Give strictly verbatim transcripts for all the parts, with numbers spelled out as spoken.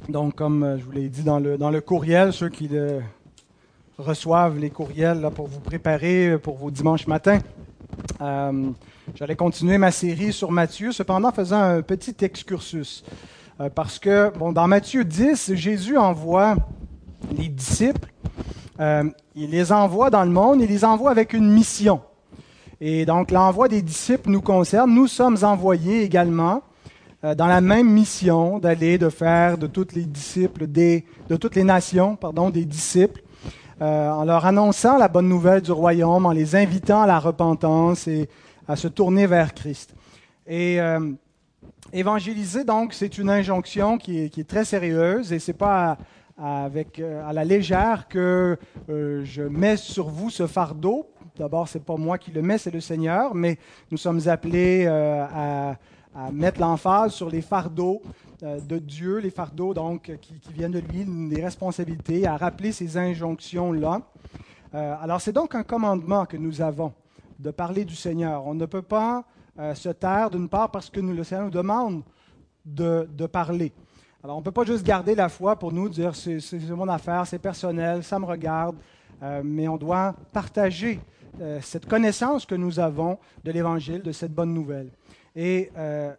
Donc, comme je vous l'ai dit dans le, dans le courriel, ceux qui le reçoivent les courriels là, pour vous préparer pour vos dimanches matins, euh, j'allais continuer ma série sur Matthieu, cependant faisant un petit excursus. Euh, parce que, bon, dans Matthieu dix, Jésus envoie les disciples, euh, il les envoie dans le monde, il les envoie avec une mission. Et donc, l'envoi des disciples nous concerne. Nous sommes envoyés également euh, dans la même mission d'aller, de faire de toutes les disciples, des, de toutes les nations, pardon, des disciples, euh, en leur annonçant la bonne nouvelle du royaume, en les invitant à la repentance et à se tourner vers Christ. Et euh, évangéliser, donc, c'est une injonction qui est, qui est très sérieuse et c'est pas à, à, avec, à la légère que euh, je mets sur vous ce fardeau. D'abord, ce n'est pas moi qui le mets, c'est le Seigneur, mais nous sommes appelés euh, à, à mettre l'emphase sur les fardeaux euh, de Dieu, les fardeaux donc qui, qui viennent de lui, les responsabilités, à rappeler ces injonctions-là. Euh, alors, c'est donc un commandement que nous avons de parler du Seigneur. On ne peut pas euh, se taire, d'une part, parce que nous, le Seigneur nous demande de, de parler. Alors, on ne peut pas juste garder la foi pour nous, dire c'est, c'est mon affaire, c'est personnel, ça me regarde, euh, mais on doit partager Euh, cette connaissance que nous avons de l'Évangile, de cette bonne nouvelle. Et euh,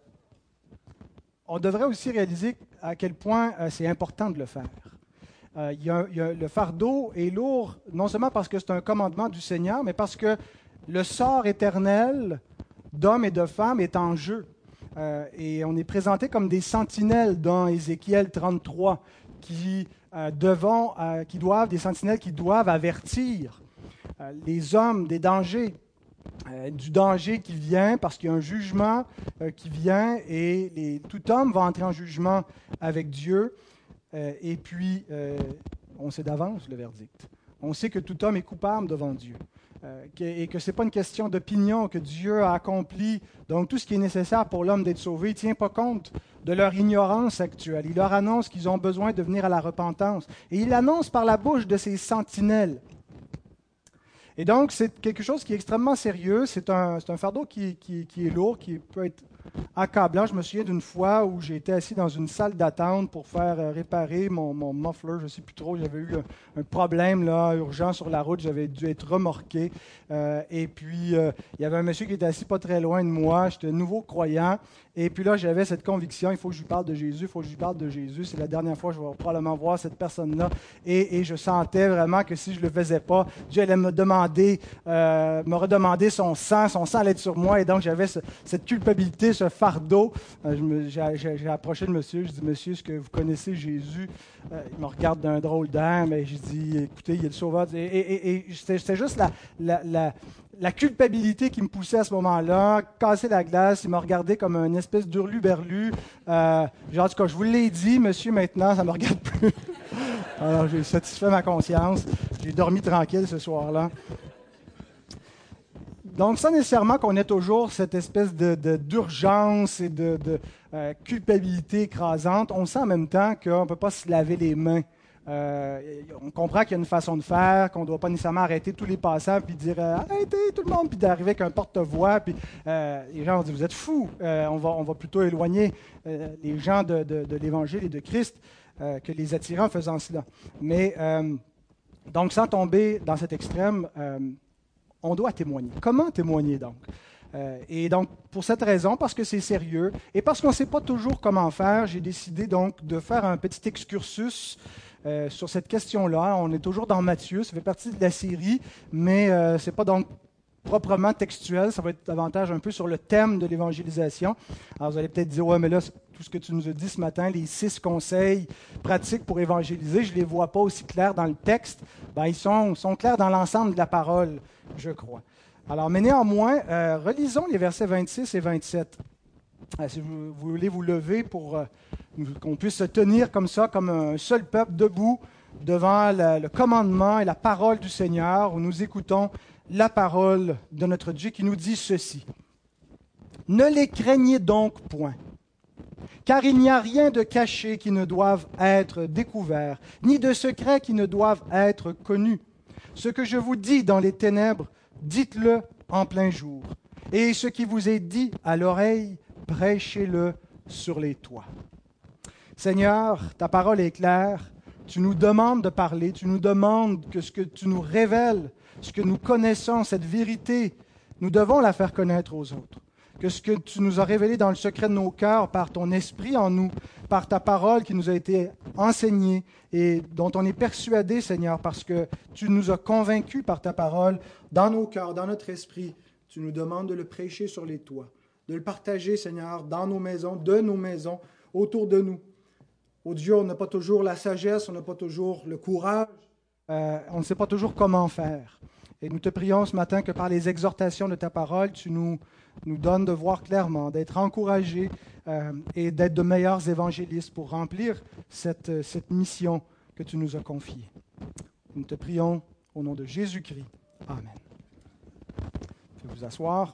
on devrait aussi réaliser à quel point euh, c'est important de le faire. Euh, il y a, il y a, le fardeau est lourd, non seulement parce que c'est un commandement du Seigneur, mais parce que le sort éternel d'hommes et de femmes est en jeu. Euh, et on est présenté comme des sentinelles dans Ézéchiel trente-trois, qui, euh, devant, euh, qui doivent, des sentinelles qui doivent avertir les hommes des dangers, euh, du danger qui vient parce qu'il y a un jugement euh, qui vient et les, tout homme va entrer en jugement avec Dieu euh, et puis euh, on sait d'avance le verdict. On sait que tout homme est coupable devant Dieu euh, que, et que ce n'est pas une question d'opinion, que Dieu a accompli donc tout ce qui est nécessaire pour l'homme d'être sauvé. Il ne tient pas compte de leur ignorance actuelle. Il leur annonce qu'ils ont besoin de venir à la repentance et il l'annonce par la bouche de ses sentinelles. Et donc, c'est quelque chose qui est extrêmement sérieux. C'est un, c'est un fardeau qui, qui, qui est lourd, qui peut être accablant. Je me souviens d'une fois où j'ai été assis dans une salle d'attente pour faire euh, réparer mon, mon muffler. Je ne sais plus trop. J'avais eu un, un problème là, urgent sur la route. J'avais dû être remorqué. Euh, et puis, euh, il y avait un monsieur qui était assis pas très loin de moi. J'étais nouveau croyant. Et puis là, j'avais cette conviction, il faut que je lui parle de Jésus, il faut que je lui parle de Jésus. C'est la dernière fois que je vais probablement voir cette personne-là. Et, et je sentais vraiment que si je ne le faisais pas, Dieu allait me demander, euh, me redemander son sang, son sang allait être sur moi. Et donc, j'avais ce, cette culpabilité, ce fardeau. Euh, je me, j'ai, j'ai, j'ai approché le monsieur, je dis, monsieur, est-ce que vous connaissez Jésus? Euh, il me regarde d'un drôle d'air, mais je dis, écoutez, il est le sauveur. Et, et, et, et c'était, c'était juste la... la, la La culpabilité qui me poussait à ce moment-là, casser la glace, il m'a regardé comme une espèce d'hurluberlu. Euh, genre, en tout cas, je vous l'ai dit, monsieur, maintenant, ça ne me regarde plus. Alors, j'ai satisfait ma conscience. J'ai dormi tranquille ce soir-là. Donc, sans nécessairement qu'on ait toujours cette espèce de, de, d'urgence et de, de euh, culpabilité écrasante, on sent en même temps qu'on ne peut pas se laver les mains. Euh, on comprend qu'il y a une façon de faire, qu'on ne doit pas nécessairement arrêter tous les passants puis dire euh, arrêtez tout le monde, puis d'arriver avec un porte-voix. Puis euh, les gens vont dire vous êtes fous. Euh, on, va, on va plutôt éloigner euh, les gens de, de, de l'Évangile et de Christ euh, que les attirer en faisant cela. Mais euh, donc, sans tomber dans cet extrême, euh, on doit témoigner. Comment témoigner donc? Euh, et donc, pour cette raison, parce que c'est sérieux et parce qu'on ne sait pas toujours comment faire, j'ai décidé donc de faire un petit excursus Euh, sur cette question-là. On est toujours dans Matthieu, ça fait partie de la série, mais euh, ce n'est pas donc proprement textuel, ça va être davantage un peu sur le thème de l'évangélisation. Alors vous allez peut-être dire, ouais, mais là, tout ce que tu nous as dit ce matin, les six conseils pratiques pour évangéliser, je ne les vois pas aussi clairs dans le texte. Ben, ils sont, sont clairs dans l'ensemble de la parole, je crois. Alors, mais néanmoins, euh, relisons les versets vingt-six et vingt-sept. Euh, si vous, vous voulez vous lever pour euh, qu'on puisse se tenir comme ça, comme un seul peuple, debout, devant la, le commandement et la parole du Seigneur, où nous écoutons la parole de notre Dieu qui nous dit ceci. « Ne les craignez donc point, car il n'y a rien de caché qui ne doive être découvert, ni de secret qui ne doive être connu. Ce que je vous dis dans les ténèbres, dites-le en plein jour, et ce qui vous est dit à l'oreille, prêchez-le sur les toits. » Seigneur, ta parole est claire. Tu nous demandes de parler, tu nous demandes que ce que tu nous révèles, ce que nous connaissons, cette vérité, nous devons la faire connaître aux autres. Que ce que tu nous as révélé dans le secret de nos cœurs par ton esprit en nous, par ta parole qui nous a été enseignée et dont on est persuadé, Seigneur, parce que tu nous as convaincus par ta parole dans nos cœurs, dans notre esprit. Tu nous demandes de le prêcher sur les toits, de le partager, Seigneur, dans nos maisons, de nos maisons, autour de nous. Oh Dieu, on n'a pas toujours la sagesse, on n'a pas toujours le courage, euh, on ne sait pas toujours comment faire. Et nous te prions ce matin que par les exhortations de ta parole, tu nous, nous donnes de voir clairement, d'être encouragés euh, et d'être de meilleurs évangélistes pour remplir cette, cette mission que tu nous as confiée. Nous te prions au nom de Jésus-Christ. Amen. Je vais vous asseoir.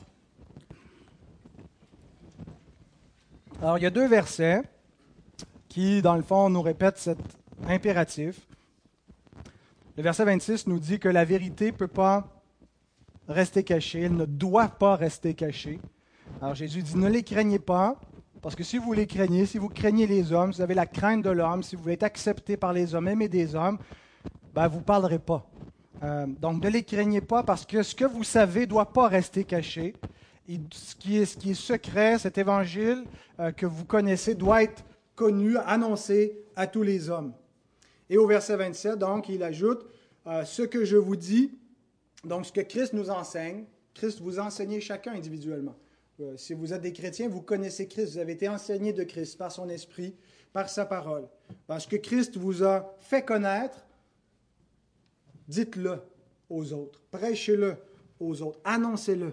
Alors, il y a deux versets qui, dans le fond, nous répètent cet impératif. Le verset vingt-six nous dit que la vérité ne peut pas rester cachée, elle ne doit pas rester cachée. Alors Jésus dit, ne les craignez pas, parce que si vous les craignez, si vous craignez les hommes, si vous avez la crainte de l'homme, si vous voulez être accepté par les hommes, aimer des hommes, ben, vous ne parlerez pas. Euh, donc ne les craignez pas, parce que ce que vous savez ne doit pas rester caché. Et ce qui est, ce qui est secret, cet évangile euh, que vous connaissez, doit être connu, annoncé à tous les hommes. Et au verset vingt-sept, donc, il ajoute euh, « Ce que je vous dis », donc ce que Christ nous enseigne, Christ vous enseignez chacun individuellement. Euh, si vous êtes des chrétiens, vous connaissez Christ, vous avez été enseignés de Christ par son esprit, par sa parole. Parce que Christ vous a fait connaître, dites-le aux autres, prêchez-le aux autres, annoncez-le.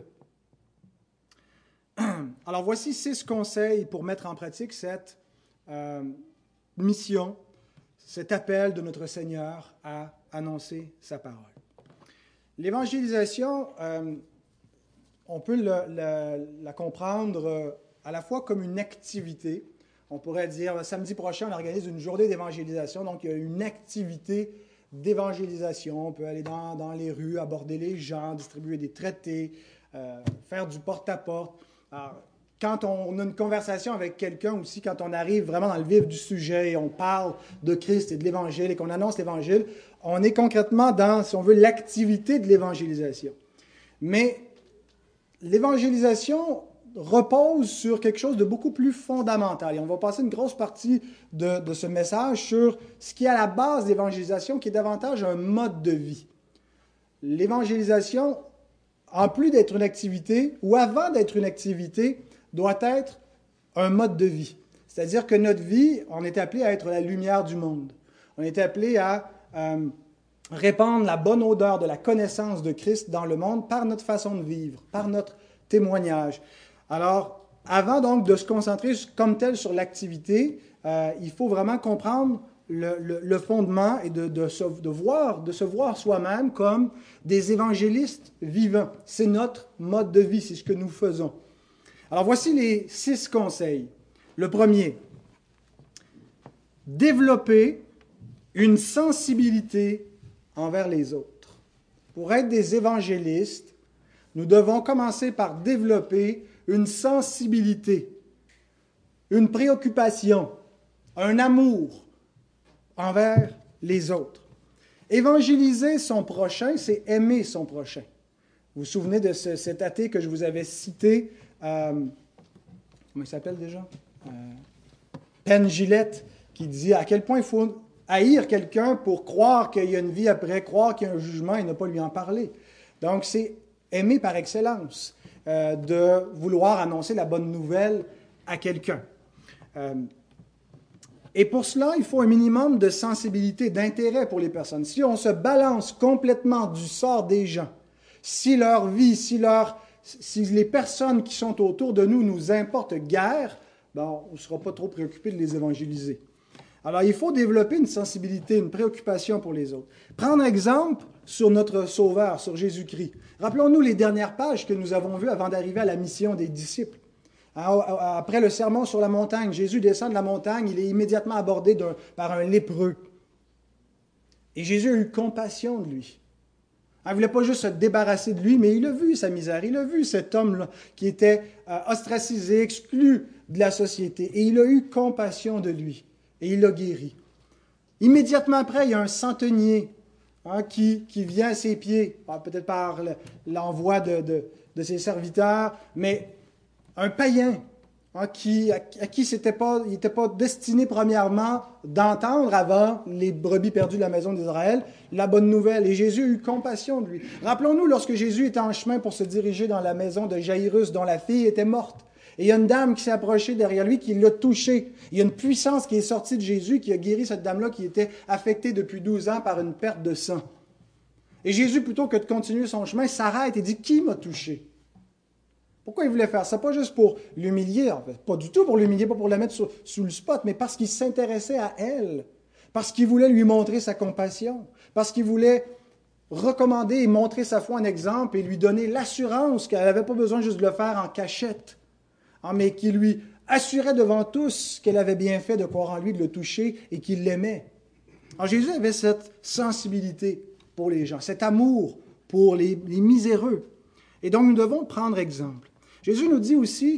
Alors voici six conseils pour mettre en pratique cette Euh, mission, cet appel de notre Seigneur à annoncer sa parole. L'évangélisation, euh, on peut le, le, la comprendre euh, à la fois comme une activité. On pourrait dire, samedi prochain, on organise une journée d'évangélisation, donc il y a une activité d'évangélisation. On peut aller dans, dans les rues, aborder les gens, distribuer des traités, euh, faire du porte-à-porte. Alors, quand on a une conversation avec quelqu'un aussi, quand on arrive vraiment dans le vif du sujet et on parle de Christ et de l'Évangile et qu'on annonce l'Évangile, on est concrètement dans, si on veut, l'activité de l'évangélisation. Mais l'évangélisation repose sur quelque chose de beaucoup plus fondamental. Et on va passer une grosse partie de, de ce message sur ce qui est à la base de l'évangélisation, qui est davantage un mode de vie. L'évangélisation, en plus d'être une activité, ou avant d'être une activité, doit être un mode de vie. C'est-à-dire que notre vie, on est appelé à être la lumière du monde. On est appelé à euh, répandre la bonne odeur de la connaissance de Christ dans le monde par notre façon de vivre, par notre témoignage. Alors, avant donc de se concentrer comme tel sur l'activité, euh, il faut vraiment comprendre le, le, le fondement et de, de, se, de, voir, de se voir soi-même comme des évangélistes vivants. C'est notre mode de vie, c'est ce que nous faisons. Alors, voici les six conseils. Le premier, développer une sensibilité envers les autres. Pour être des évangélistes, nous devons commencer par développer une sensibilité, une préoccupation, un amour envers les autres. Évangéliser son prochain, c'est aimer son prochain. Vous vous souvenez de ce, cet athée que je vous avais cité, euh, comment il s'appelle déjà? Euh, Penn Jillette, qui dit à quel point il faut haïr quelqu'un pour croire qu'il y a une vie après, croire qu'il y a un jugement et ne pas lui en parler. Donc, c'est aimer par excellence, euh, de vouloir annoncer la bonne nouvelle à quelqu'un. Euh, et pour cela, il faut un minimum de sensibilité, d'intérêt pour les personnes. Si on se balance complètement du sort des gens, si leur vie, si, leur, si les personnes qui sont autour de nous nous importent guère, ben, on ne sera pas trop préoccupé de les évangéliser. Alors, il faut développer une sensibilité, une préoccupation pour les autres. Prendre exemple sur notre Sauveur, sur Jésus-Christ. Rappelons-nous les dernières pages que nous avons vues avant d'arriver à la mission des disciples. Après le sermon sur la montagne, Jésus descend de la montagne, il est immédiatement abordé d'un, par un lépreux. Et Jésus a eu compassion de lui. Il ne voulait pas juste se débarrasser de lui, mais il a vu sa misère, il a vu cet homme-là qui était euh, ostracisé, exclu de la société, et il a eu compassion de lui. et il l'a guéri. Immédiatement après, il y a un centenier hein, qui, qui vient à ses pieds, peut-être par l'envoi de, de, de ses serviteurs, mais un païen hein, qui, à, à qui c'était pas, il n'était pas destiné premièrement d'entendre avant les brebis perdues de la maison d'Israël la bonne nouvelle. Et Jésus a eu compassion de lui. Rappelons-nous lorsque Jésus était en chemin pour se diriger dans la maison de Jaïrus, dont la fille était morte. Et il y a une dame qui s'est approchée derrière lui, qui l'a touché. Il y a une puissance qui est sortie de Jésus, qui a guéri cette dame-là qui était affectée depuis douze ans par une perte de sang. Et Jésus, plutôt que de continuer son chemin, s'arrête et dit « Qui m'a touché ?» Pourquoi il voulait faire ça? Pas juste pour l'humilier, en fait. Pas du tout pour l'humilier, pas pour la mettre sous, sous le spot, mais parce qu'il s'intéressait à elle. Parce qu'il voulait lui montrer sa compassion. Parce qu'il voulait recommander et montrer sa foi en exemple et lui donner l'assurance qu'elle n'avait pas besoin juste de le faire en cachette, hein, mais qui lui assurait devant tous qu'elle avait bien fait de croire en lui, de le toucher et qu'il l'aimait. Alors Jésus avait cette sensibilité pour les gens, cet amour pour les, les miséreux. Et donc nous devons prendre exemple. Jésus nous dit aussi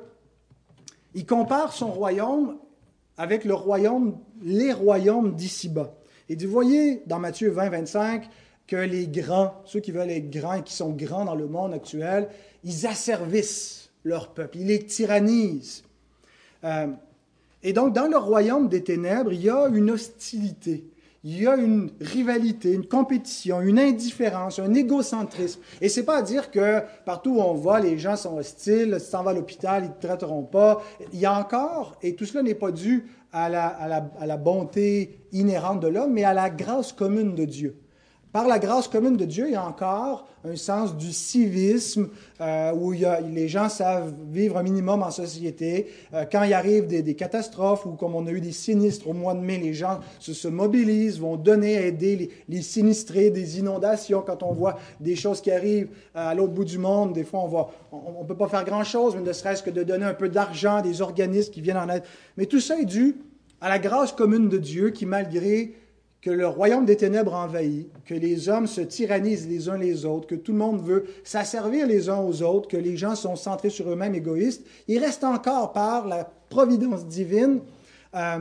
qu'il compare son royaume avec le royaume, les royaumes d'ici-bas. Il dit, voyez dans Matthieu vingt, vingt-cinq, que les grands, ceux qui veulent être grands et qui sont grands dans le monde actuel, ils asservissent leur peuple, ils les tyrannisent. Euh, et donc, dans le royaume des ténèbres, il y a une hostilité, il y a une rivalité, une compétition, une indifférence, un égocentrisme. Et ce n'est pas à dire que partout où on va, les gens sont hostiles, si tu t'en vas à l'hôpital, ils ne te traiteront pas. Il y a encore, et tout cela n'est pas dû à la, à la, à la bonté inhérente de l'homme, mais à la grâce commune de Dieu. Par la grâce commune de Dieu, il y a encore un sens du civisme euh, où il y a, les gens savent vivre un minimum en société. Euh, quand il arrive des, des catastrophes ou comme on a eu des sinistres au mois de mai, les gens se, se mobilisent, vont donner, aider les, les sinistrés, des inondations. Quand on voit des choses qui arrivent à l'autre bout du monde, des fois on va, on ne peut pas faire grand-chose, mais ne serait-ce que de donner un peu d'argent à des organismes qui viennent en aide. Mais tout ça est dû à la grâce commune de Dieu qui, malgré que le royaume des ténèbres envahit, que les hommes se tyrannisent les uns les autres, que tout le monde veut s'asservir les uns aux autres, que les gens sont centrés sur eux-mêmes, égoïstes, il reste encore par la providence divine euh,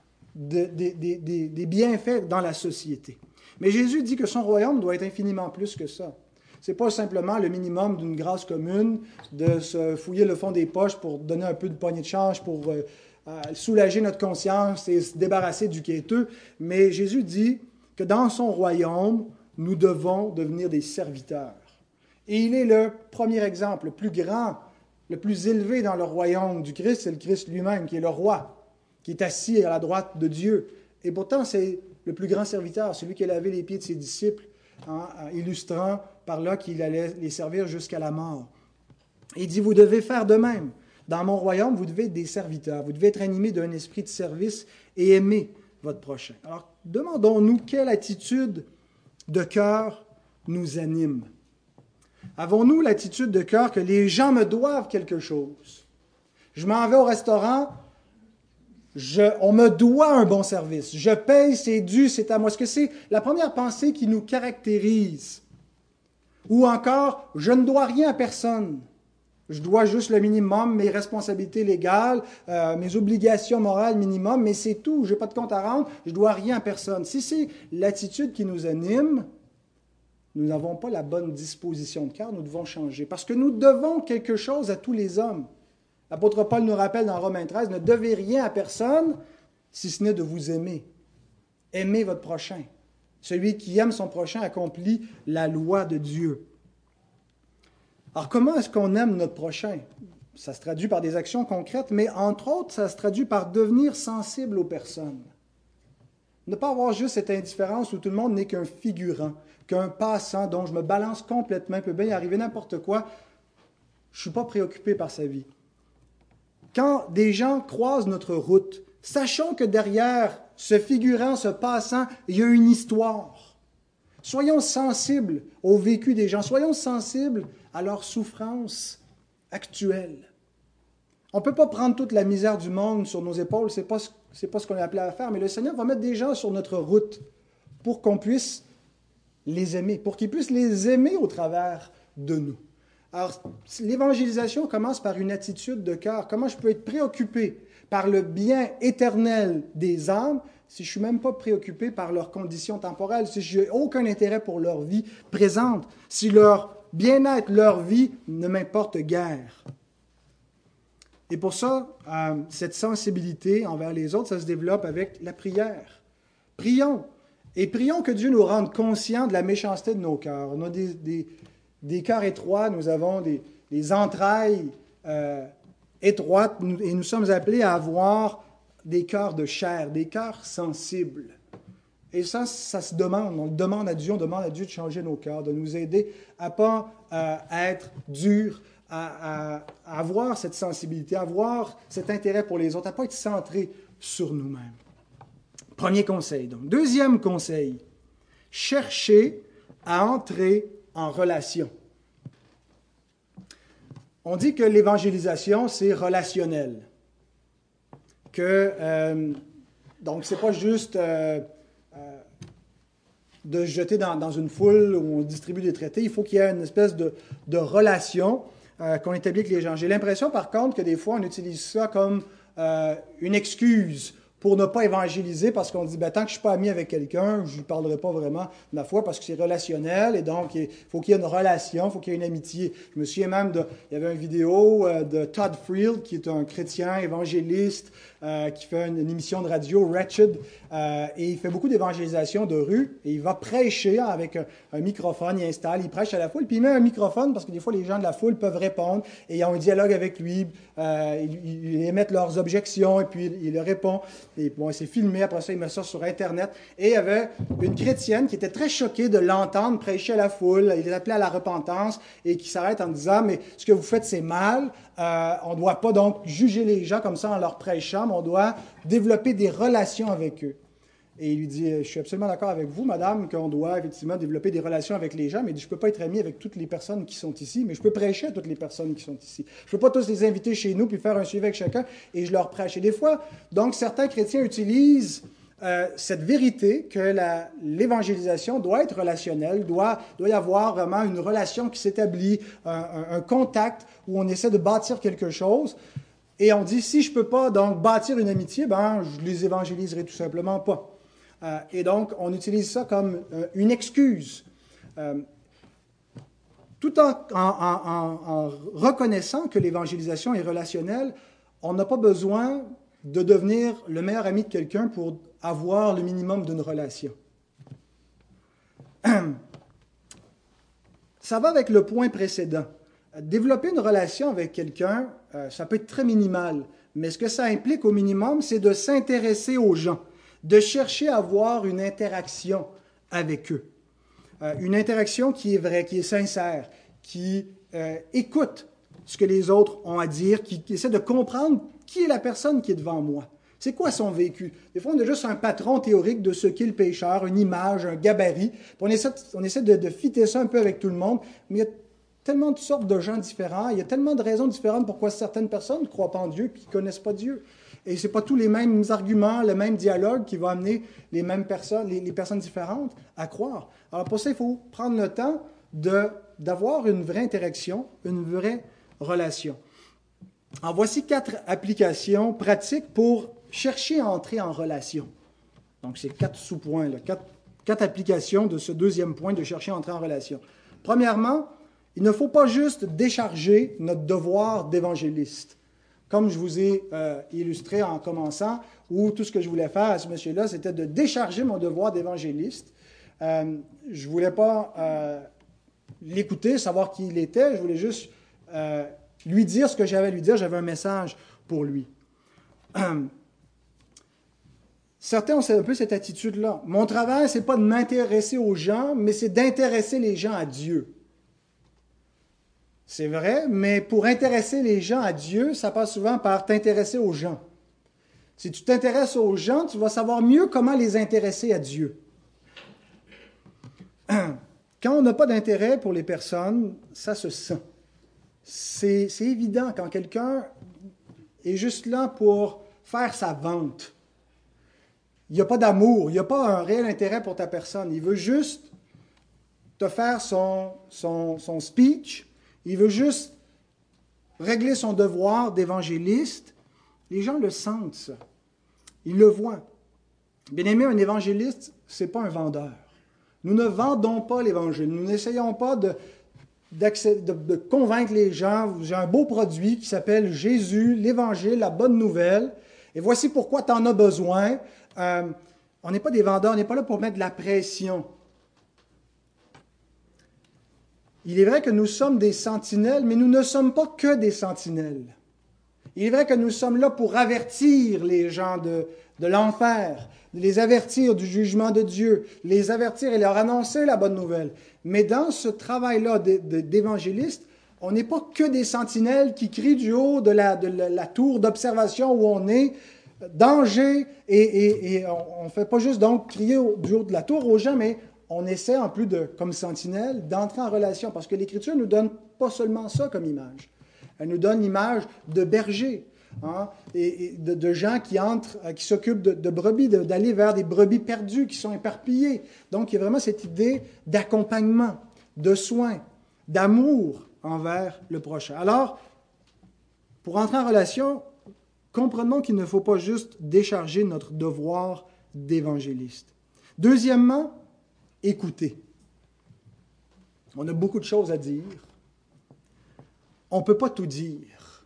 de, de, de, de, des bienfaits dans la société. Mais Jésus dit que son royaume doit être infiniment plus que ça. Ce n'est pas simplement le minimum d'une grâce commune, de se fouiller le fond des poches pour donner un peu de poignée de change, pour euh, euh, soulager notre conscience et se débarrasser du quêteux. Mais Jésus dit que dans son royaume, nous devons devenir des serviteurs. Et il est le premier exemple, le plus grand, le plus élevé dans le royaume du Christ, c'est le Christ lui-même qui est le roi, qui est assis à la droite de Dieu. Et pourtant, c'est le plus grand serviteur, celui qui a lavé les pieds de ses disciples, hein, illustrant par là qu'il allait les servir jusqu'à la mort. Et il dit, vous devez faire de même. Dans mon royaume, vous devez être des serviteurs. Vous devez être animés d'un esprit de service et aimer votre prochain. Alors, demandons-nous quelle attitude de cœur nous anime. Avons-nous l'attitude de cœur que les gens me doivent quelque chose? Je m'en vais au restaurant, je, on me doit un bon service. Je paye, c'est dû, c'est à moi. Est-ce que c'est la première pensée qui nous caractérise? Ou encore, je ne dois rien à personne. Je dois juste le minimum, mes responsabilités légales, euh, mes obligations morales minimum, mais c'est tout. Je n'ai pas de compte à rendre, je ne dois rien à personne. Si c'est l'attitude qui nous anime, nous n'avons pas la bonne disposition de cœur, nous devons changer. Parce que nous devons quelque chose à tous les hommes. L'apôtre Paul nous rappelle dans Romains treize, ne devez rien à personne, si ce n'est de vous aimer. Aimez votre prochain. Celui qui aime son prochain accomplit la loi de Dieu. Alors, comment est-ce qu'on aime notre prochain? Ça se traduit par des actions concrètes, mais entre autres, ça se traduit par devenir sensible aux personnes. Ne pas avoir juste cette indifférence où tout le monde n'est qu'un figurant, qu'un passant dont je me balance complètement, il peut bien y arriver n'importe quoi. Je ne suis pas préoccupé par sa vie. Quand des gens croisent notre route, sachons que derrière ce figurant, ce passant, il y a une histoire. Soyons sensibles au vécu des gens, soyons sensibles à leurs souffrances actuelles. On ne peut pas prendre toute la misère du monde sur nos épaules, ce n'est pas, c'est pas ce qu'on est appelé à faire, mais le Seigneur va mettre des gens sur notre route pour qu'on puisse les aimer, pour qu'ils puissent les aimer au travers de nous. Alors, l'évangélisation commence par une attitude de cœur. Comment je peux être préoccupé par le bien éternel des âmes, si je ne suis même pas préoccupé par leurs conditions temporelles, si je n'ai aucun intérêt pour leur vie présente, si leur bien-être, leur vie ne m'importe guère. Et pour ça, euh, cette sensibilité envers les autres, ça se développe avec la prière. Prions. Et prions que Dieu nous rende conscients de la méchanceté de nos cœurs. On a des, des, des cœurs étroits, nous avons des, des entrailles euh, étroites, et nous sommes appelés à avoir des cœurs de chair, des cœurs sensibles. Et ça, ça se demande. On le demande à Dieu, on demande à Dieu de changer nos cœurs, de nous aider à ne pas euh, à être durs, à, à, à avoir cette sensibilité, à avoir cet intérêt pour les autres, à ne pas être centré sur nous-mêmes. Premier conseil. Donc. Deuxième conseil, cherchez à entrer en relation. On dit que l'évangélisation, c'est relationnel. Que, euh, donc, ce n'est pas juste euh, euh, de se jeter dans, dans une foule où on distribue des traités. Il faut qu'il y ait une espèce de, de relation euh, qu'on établit avec les gens. J'ai l'impression, par contre, que des fois, on utilise ça comme euh, une excuse pour ne pas évangéliser, parce qu'on dit, ben, tant que je ne suis pas ami avec quelqu'un, je ne lui parlerai pas vraiment de ma foi, parce que c'est relationnel, et donc il faut qu'il y ait une relation, il faut qu'il y ait une amitié. Je me souviens même, de, il y avait une vidéo de Todd Friel, qui est un chrétien évangéliste, euh, qui fait une, une émission de radio, Wretched, euh, et il fait beaucoup d'évangélisation de rue, et il va prêcher avec un, un microphone, il installe, il prêche à la foule, puis il met un microphone, parce que des fois, les gens de la foule peuvent répondre, et ils ont un dialogue avec lui, euh, ils, ils émettent leurs objections, et puis il, il leur répond. Et bon, il s'est filmé, après ça, il met ça sur Internet. Et il y avait une chrétienne qui était très choquée de l'entendre prêcher à la foule. Il les appelait à la repentance et qui s'arrête en disant, mais ce que vous faites, c'est mal. Euh, on ne doit pas donc juger les gens comme ça en leur prêchant, mais on doit développer des relations avec eux. Et il lui dit, je suis absolument d'accord avec vous, madame, qu'on doit effectivement développer des relations avec les gens, mais je ne peux pas être ami avec toutes les personnes qui sont ici, mais je peux prêcher à toutes les personnes qui sont ici. Je ne peux pas tous les inviter chez nous puis faire un suivi avec chacun et je leur prêche. Et des fois, donc, certains chrétiens utilisent euh, cette vérité que la, l'évangélisation doit être relationnelle, doit, doit y avoir vraiment une relation qui s'établit, un, un, un contact où on essaie de bâtir quelque chose. Et on dit, si je ne peux pas donc bâtir une amitié, ben, je les évangéliserai tout simplement pas. Euh, et donc, on utilise ça comme euh, une excuse. Euh, tout en, en, en, en reconnaissant que l'évangélisation est relationnelle, on n'a pas besoin de devenir le meilleur ami de quelqu'un pour avoir le minimum d'une relation. Ça va avec le point précédent. Développer une relation avec quelqu'un, euh, ça peut être très minimal, mais ce que ça implique au minimum, c'est de s'intéresser aux gens, de chercher à avoir une interaction avec eux. Euh, une interaction qui est vraie, qui est sincère, qui euh, écoute ce que les autres ont à dire, qui, qui essaie de comprendre qui est la personne qui est devant moi. C'est quoi son vécu? Des fois, on a juste un patron théorique de ce qu'est le pécheur, une image, un gabarit. Puis on essaie, on essaie de, de fitter ça un peu avec tout le monde, mais il y a tellement de sortes de gens différents, il y a tellement de raisons différentes pourquoi certaines personnes ne croient pas en Dieu et ne connaissent pas Dieu. Et ce n'est pas tous les mêmes arguments, le même dialogue qui va amener les mêmes personnes, les, les personnes différentes à croire. Alors pour ça, il faut prendre le temps de, d'avoir une vraie interaction, une vraie relation. Alors voici quatre applications pratiques pour chercher à entrer en relation. Donc c'est quatre sous-points, là, quatre, quatre applications de ce deuxième point de chercher à entrer en relation. Premièrement, il ne faut pas juste décharger notre devoir d'évangéliste. Comme je vous ai euh, illustré en commençant, où tout ce que je voulais faire à ce monsieur-là, c'était de décharger mon devoir d'évangéliste. Euh, je ne voulais pas euh, l'écouter, savoir qui il était, je voulais juste euh, lui dire ce que j'avais à lui dire, j'avais un message pour lui. Certains ont un peu cette attitude-là. Mon travail, ce n'est pas de m'intéresser aux gens, mais c'est d'intéresser les gens à Dieu. C'est vrai, mais pour intéresser les gens à Dieu, ça passe souvent par t'intéresser aux gens. Si tu t'intéresses aux gens, tu vas savoir mieux comment les intéresser à Dieu. Quand on n'a pas d'intérêt pour les personnes, ça se sent. C'est, c'est évident quand quelqu'un est juste là pour faire sa vente. Il n'y a pas d'amour, il n'y a pas un réel intérêt pour ta personne. Il veut juste te faire son, son, son speech. Il veut juste régler son devoir d'évangéliste. Les gens le sentent, ça. Ils le voient. Bien aimé, un évangéliste, ce n'est pas un vendeur. Nous ne vendons pas l'Évangile. Nous n'essayons pas de, de, de convaincre les gens. J'ai un beau produit qui s'appelle Jésus, l'Évangile, la bonne nouvelle. Et voici pourquoi tu en as besoin. Euh, on n'est pas des vendeurs, on n'est pas là pour mettre de la pression. Il est vrai que nous sommes des sentinelles, mais nous ne sommes pas que des sentinelles. Il est vrai que nous sommes là pour avertir les gens de, de l'enfer, les avertir du jugement de Dieu, les avertir et leur annoncer la bonne nouvelle. Mais dans ce travail-là d'évangéliste, on n'est pas que des sentinelles qui crient du haut de la, de la, la tour d'observation où on est, danger, et, et, et on ne fait pas juste donc crier au, du haut de la tour aux gens, mais on essaie en plus de, comme sentinelle, d'entrer en relation, parce que l'Écriture ne nous donne pas seulement ça comme image. Elle nous donne l'image de bergers, hein, et, et de, de gens qui entrent, qui s'occupent de, de brebis, de, d'aller vers des brebis perdues qui sont éparpillées. Donc, il y a vraiment cette idée d'accompagnement, de soin, d'amour envers le prochain. Alors, pour entrer en relation, comprenons qu'il ne faut pas juste décharger notre devoir d'évangéliste. Deuxièmement, écouter. On a beaucoup de choses à dire. On ne peut pas tout dire.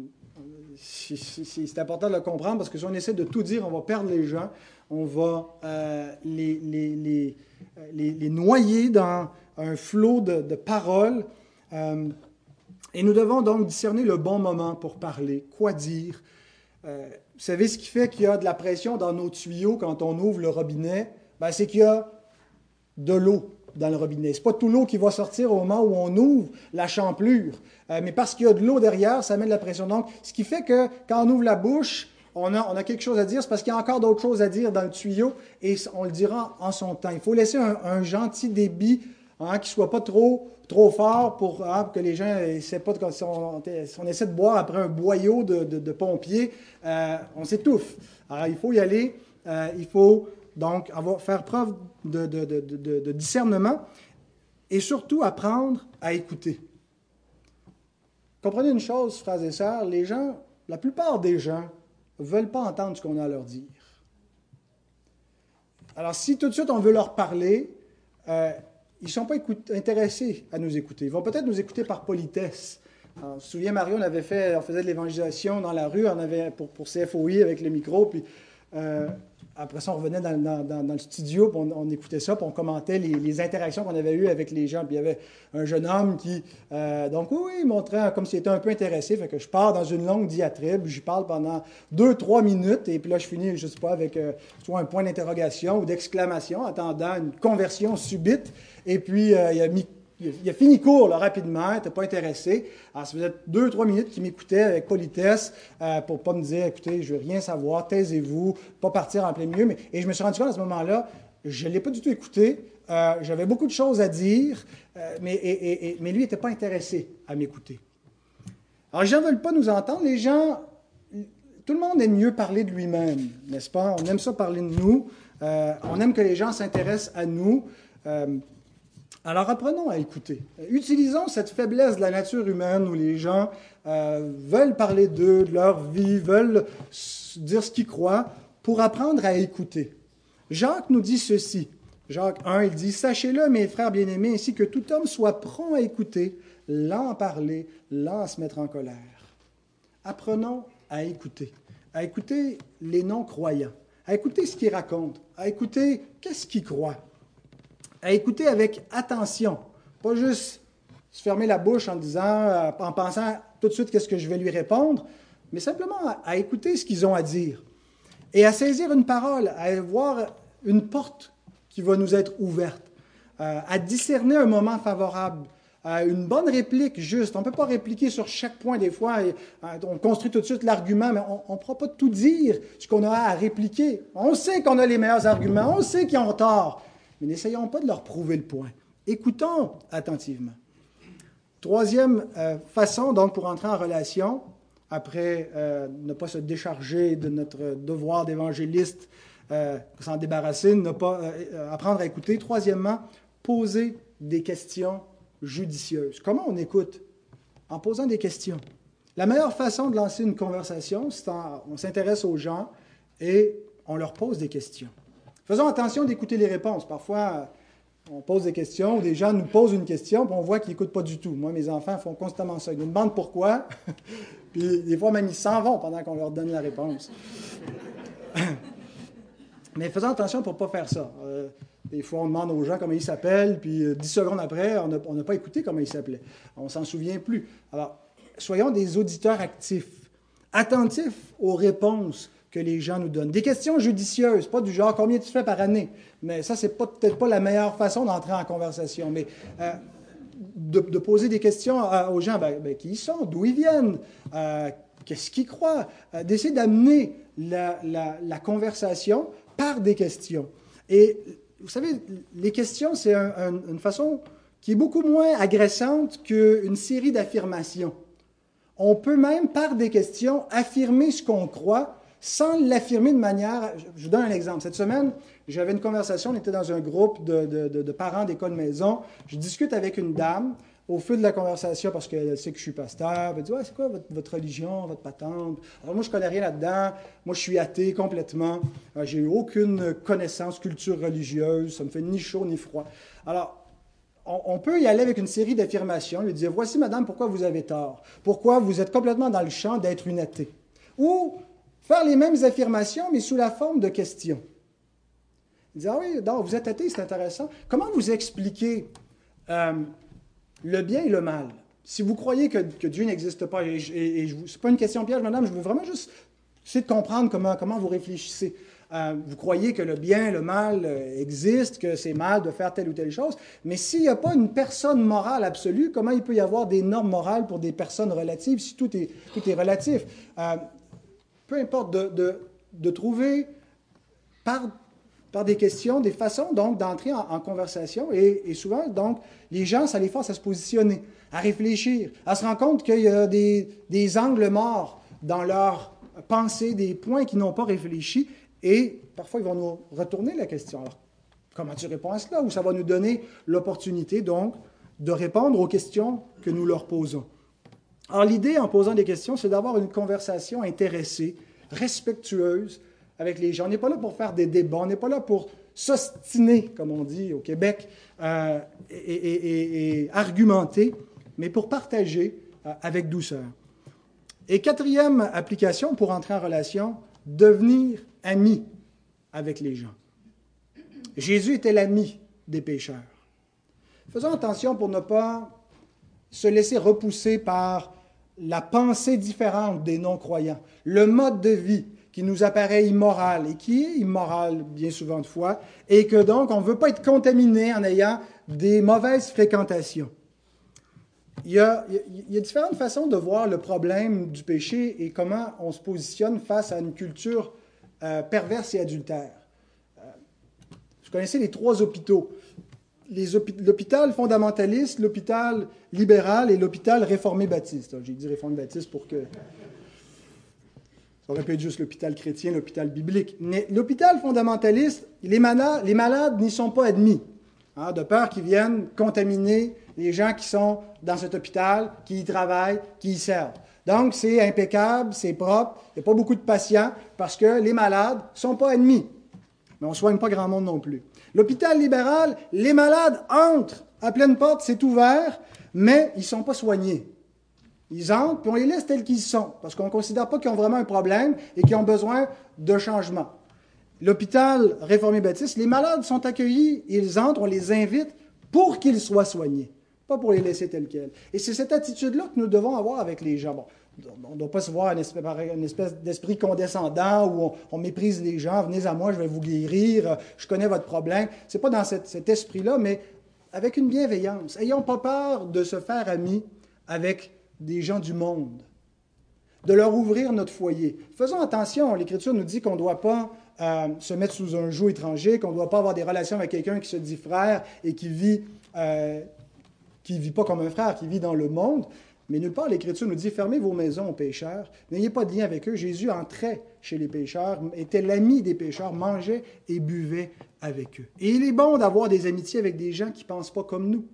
C'est important de le comprendre parce que si on essaie de tout dire, on va perdre les gens, on va euh, les, les, les, les, les noyer dans un flot de, de paroles. Euh, et nous devons donc discerner le bon moment pour parler, quoi dire. Euh, vous savez ce qui fait qu'il y a de la pression dans nos tuyaux quand on ouvre le robinet? Ben, c'est qu'il y a de l'eau dans le robinet. Ce n'est pas tout l'eau qui va sortir au moment où on ouvre la champlure, euh, mais parce qu'il y a de l'eau derrière, ça met de la pression. Donc, ce qui fait que quand on ouvre la bouche, on a, on a quelque chose à dire, c'est parce qu'il y a encore d'autres choses à dire dans le tuyau, et on le dira en son temps. Il faut laisser un, un gentil débit, hein, qui ne soit pas trop, trop fort pour, hein, pour que les gens essaient pas de, si, on, si on essaie de boire après un boyau de, de, de pompier, euh, on s'étouffe. Alors, il faut y aller, euh, il faut donc avoir, faire preuve de, de, de, de, de discernement et surtout apprendre à écouter. Comprenez une chose, frères et sœurs, les gens, la plupart des gens ne veulent pas entendre ce qu'on a à leur dire. Alors, si tout de suite on veut leur parler, euh, ils ne sont pas écoute, intéressés à nous écouter. Ils vont peut-être nous écouter par politesse. Alors, je me souviens, Mario, on avait fait, on faisait de l'évangélisation dans la rue, on avait pour, pour C F O I avec le micro, puis euh, après ça, on revenait dans, dans, dans, dans le studio, puis on, on écoutait ça, puis on commentait les, les interactions qu'on avait eues avec les gens. Puis il y avait un jeune homme qui, euh, donc oui, oui, montrait comme s'il était un peu intéressé. Fait que je pars dans une longue diatribe, j'y parle pendant deux, trois minutes, et puis là, je finis, je ne sais pas, avec euh, soit un point d'interrogation ou d'exclamation, attendant une conversion subite. Et puis, euh, il a mis Il a fini court là, rapidement, il n'était pas intéressé. Alors, ça faisait deux, trois minutes qu'il m'écoutait avec politesse euh, pour ne pas me dire, écoutez, je ne veux rien savoir, taisez-vous, pas partir en plein milieu. Mais, et je me suis rendu compte à ce moment-là, je ne l'ai pas du tout écouté. Euh, j'avais beaucoup de choses à dire, euh, mais, et, et, et, mais lui n'était pas intéressé à m'écouter. Alors, les gens ne veulent pas nous entendre. Les gens, tout le monde aime mieux parler de lui-même, n'est-ce pas? On aime ça parler de nous. Euh, on aime que les gens s'intéressent à nous. Euh, Alors apprenons à écouter. Utilisons cette faiblesse de la nature humaine où les gens euh, veulent parler d'eux, de leur vie, veulent dire ce qu'ils croient, pour apprendre à écouter. Jacques nous dit ceci. Jacques un, il dit « Sachez-le, mes frères bien-aimés, ainsi que tout homme soit prompt à écouter, lent à parler, lent à se mettre en colère. » Apprenons à écouter. À écouter les non-croyants. À écouter ce qu'ils racontent. À écouter qu'est-ce qu'ils croient. À écouter avec attention, pas juste se fermer la bouche en disant, en pensant tout de suite qu'est-ce que je vais lui répondre, mais simplement à, à écouter ce qu'ils ont à dire et à saisir une parole, à voir une porte qui va nous être ouverte, euh, à discerner un moment favorable, euh, une bonne réplique juste. On ne peut pas répliquer sur chaque point des fois, et, euh, on construit tout de suite l'argument, mais on ne pourra pas tout dire ce qu'on a à répliquer. On sait qu'on a les meilleurs arguments, on sait qu'ils ont tort. Mais n'essayons pas de leur prouver le point. Écoutons attentivement. Troisième euh, façon, donc, pour entrer en relation, après euh, ne pas se décharger de notre devoir d'évangéliste, euh, s'en débarrasser, ne pas euh, apprendre à écouter. Troisièmement, poser des questions judicieuses. Comment on écoute? En posant des questions. La meilleure façon de lancer une conversation, c'est en, on s'intéresse aux gens et on leur pose des questions. Faisons attention d'écouter les réponses. Parfois, on pose des questions ou des gens nous posent une question, puis on voit qu'ils n'écoutent pas du tout. Moi, mes enfants font constamment ça. Ils nous demandent pourquoi, puis des fois même ils s'en vont pendant qu'on leur donne la réponse. Mais faisons attention pour ne pas faire ça. Euh, des fois, on demande aux gens comment ils s'appellent, puis euh, dix secondes après, on n'a on n'a pas écouté comment ils s'appelaient. On ne s'en souvient plus. Alors, soyons des auditeurs actifs, attentifs aux réponses que les gens nous donnent. Des questions judicieuses, pas du genre « combien tu fais par année ?» Mais ça, c'est pas, peut-être pas la meilleure façon d'entrer en conversation. Mais euh, de, de poser des questions à, aux gens, ben, ben, qui ils sont, d'où ils viennent, euh, qu'est-ce qu'ils croient, euh, d'essayer d'amener la, la, la conversation par des questions. Et vous savez, les questions, c'est un, un, une façon qui est beaucoup moins agressante qu'une série d'affirmations. On peut même, par des questions, affirmer ce qu'on croit sans l'affirmer de manière... Je vous donne un exemple. Cette semaine, j'avais une conversation, on était dans un groupe de, de, de, de parents d'école maison. Je discute avec une dame au fil de la conversation parce qu'elle sait que je suis pasteur. Elle dit « Ouais, c'est quoi votre, votre religion, votre patente? » Alors moi, je ne connais rien là-dedans. Moi, je suis athée complètement. J'ai eu aucune connaissance, culture religieuse. Ça me fait ni chaud ni froid. Alors, on, on peut y aller avec une série d'affirmations. Lui dire « Voici, madame, pourquoi vous avez tort. Pourquoi vous êtes complètement dans le champ d'être une athée. » Ou faire les mêmes affirmations, mais sous la forme de questions. Il dit, ah oui, donc, vous êtes athée, c'est intéressant. Comment vous expliquez euh, le bien et le mal? Si vous croyez que, que Dieu n'existe pas, et, et, et ce n'est pas une question piège, madame, je veux vraiment juste essayer de comprendre comment, comment vous réfléchissez. Euh, vous croyez que le bien et le mal euh, existent, que c'est mal de faire telle ou telle chose, mais s'il n'y a pas une personne morale absolue, comment il peut y avoir des normes morales pour des personnes relatives si tout est, tout est relatif? Euh, Peu importe, de, de, de trouver par, par des questions, des façons donc d'entrer en, en conversation. Et, et souvent, donc, les gens, ça les force à se positionner, à réfléchir, à se rendre compte qu'il y a des, des angles morts dans leur pensée, des points qu'ils n'ont pas réfléchis. Et parfois, ils vont nous retourner la question. Alors, comment tu réponds à cela? Ou ça va nous donner l'opportunité, donc, de répondre aux questions que nous leur posons. Alors, l'idée, en posant des questions, c'est d'avoir une conversation intéressée, respectueuse avec les gens. On n'est pas là pour faire des débats, on n'est pas là pour s'ostiner, comme on dit au Québec, euh, et, et, et, et argumenter, mais pour partager euh, avec douceur. Et quatrième application pour entrer en relation, devenir ami avec les gens. Jésus était l'ami des pécheurs. Faisons attention pour ne pas se laisser repousser par la pensée différente des non-croyants, le mode de vie qui nous apparaît immoral et qui est immoral bien souvent de fois, et que donc on ne veut pas être contaminé en ayant des mauvaises fréquentations. Il y, a, il y a différentes façons de voir le problème du péché et comment on se positionne face à une culture euh, perverse et adultère. Euh, vous connaissez les trois hôpitaux. Les, l'hôpital fondamentaliste, l'hôpital libéral et l'hôpital réformé baptiste. J'ai dit réformé baptiste pour que... Ça aurait pu être juste l'hôpital chrétien, l'hôpital biblique. Mais l'hôpital fondamentaliste, les, mana, les malades n'y sont pas admis, hein, de peur qu'ils viennent contaminer les gens qui sont dans cet hôpital, qui y travaillent, qui y servent. Donc, c'est impeccable, c'est propre, il n'y a pas beaucoup de patients parce que les malades ne sont pas admis. Mais on ne soigne pas grand monde non plus. L'hôpital libéral, les malades entrent à pleine porte, c'est ouvert, mais ils ne sont pas soignés. Ils entrent, puis on les laisse tels qu'ils sont, parce qu'on ne considère pas qu'ils ont vraiment un problème et qu'ils ont besoin de changement. L'hôpital réformé baptiste, les malades sont accueillis, ils entrent, on les invite pour qu'ils soient soignés, pas pour les laisser tels quels. Et c'est cette attitude-là que nous devons avoir avec les gens. Bon, on ne doit pas se voir une espèce, une espèce d'esprit condescendant où on, on méprise les gens. Venez à moi, je vais vous guérir, je connais votre problème. Ce n'est pas dans cette, cet esprit-là, mais avec une bienveillance. Ayons pas peur de se faire amis avec des gens du monde, de leur ouvrir notre foyer. Faisons attention, l'Écriture nous dit qu'on ne doit pas euh, se mettre sous un joug étranger, qu'on ne doit pas avoir des relations avec quelqu'un qui se dit frère et qui vit, euh, qui vit pas comme un frère, qui vit dans le monde. Mais nulle part, l'Écriture nous dit, fermez vos maisons aux pécheurs, n'ayez pas de lien avec eux. Jésus entrait chez les pécheurs, était l'ami des pécheurs, mangeait et buvait avec eux. Et il est bon d'avoir des amitiés avec des gens qui ne pensent pas comme nous.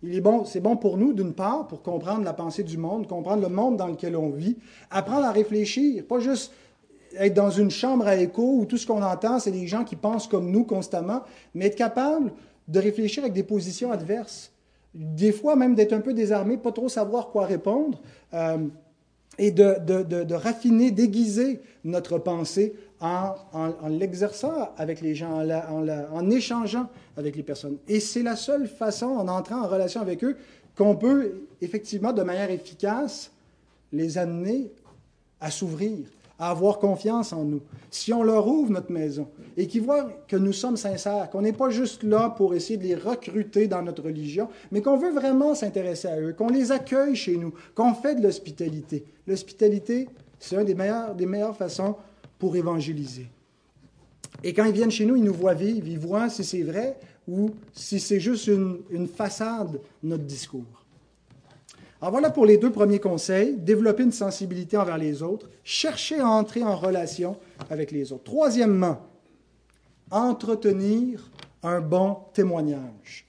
Il est bon, c'est bon pour nous, d'une part, pour comprendre la pensée du monde, comprendre le monde dans lequel on vit, apprendre à réfléchir, pas juste être dans une chambre à écho où tout ce qu'on entend, c'est des gens qui pensent comme nous constamment, mais être capable de réfléchir avec des positions adverses. Des fois, même d'être un peu désarmé, pas trop savoir quoi répondre, euh, et de, de, de, de raffiner, d'aiguiser notre pensée en, en, en l'exerçant avec les gens, en, la, en, la, en échangeant avec les personnes. Et c'est la seule façon, en entrant en relation avec eux, qu'on peut effectivement, de manière efficace, les amener à s'ouvrir, à avoir confiance en nous. Si on leur ouvre notre maison et qu'ils voient que nous sommes sincères, qu'on n'est pas juste là pour essayer de les recruter dans notre religion, mais qu'on veut vraiment s'intéresser à eux, qu'on les accueille chez nous, qu'on fait de l'hospitalité. L'hospitalité, c'est une des meilleures, des meilleures façons pour évangéliser. Et quand ils viennent chez nous, ils nous voient vivre, ils voient si c'est vrai ou si c'est juste une, une façade, notre discours. Alors voilà pour les deux premiers conseils. Développer une sensibilité envers les autres. Chercher à entrer en relation avec les autres. Troisièmement, entretenir un bon témoignage.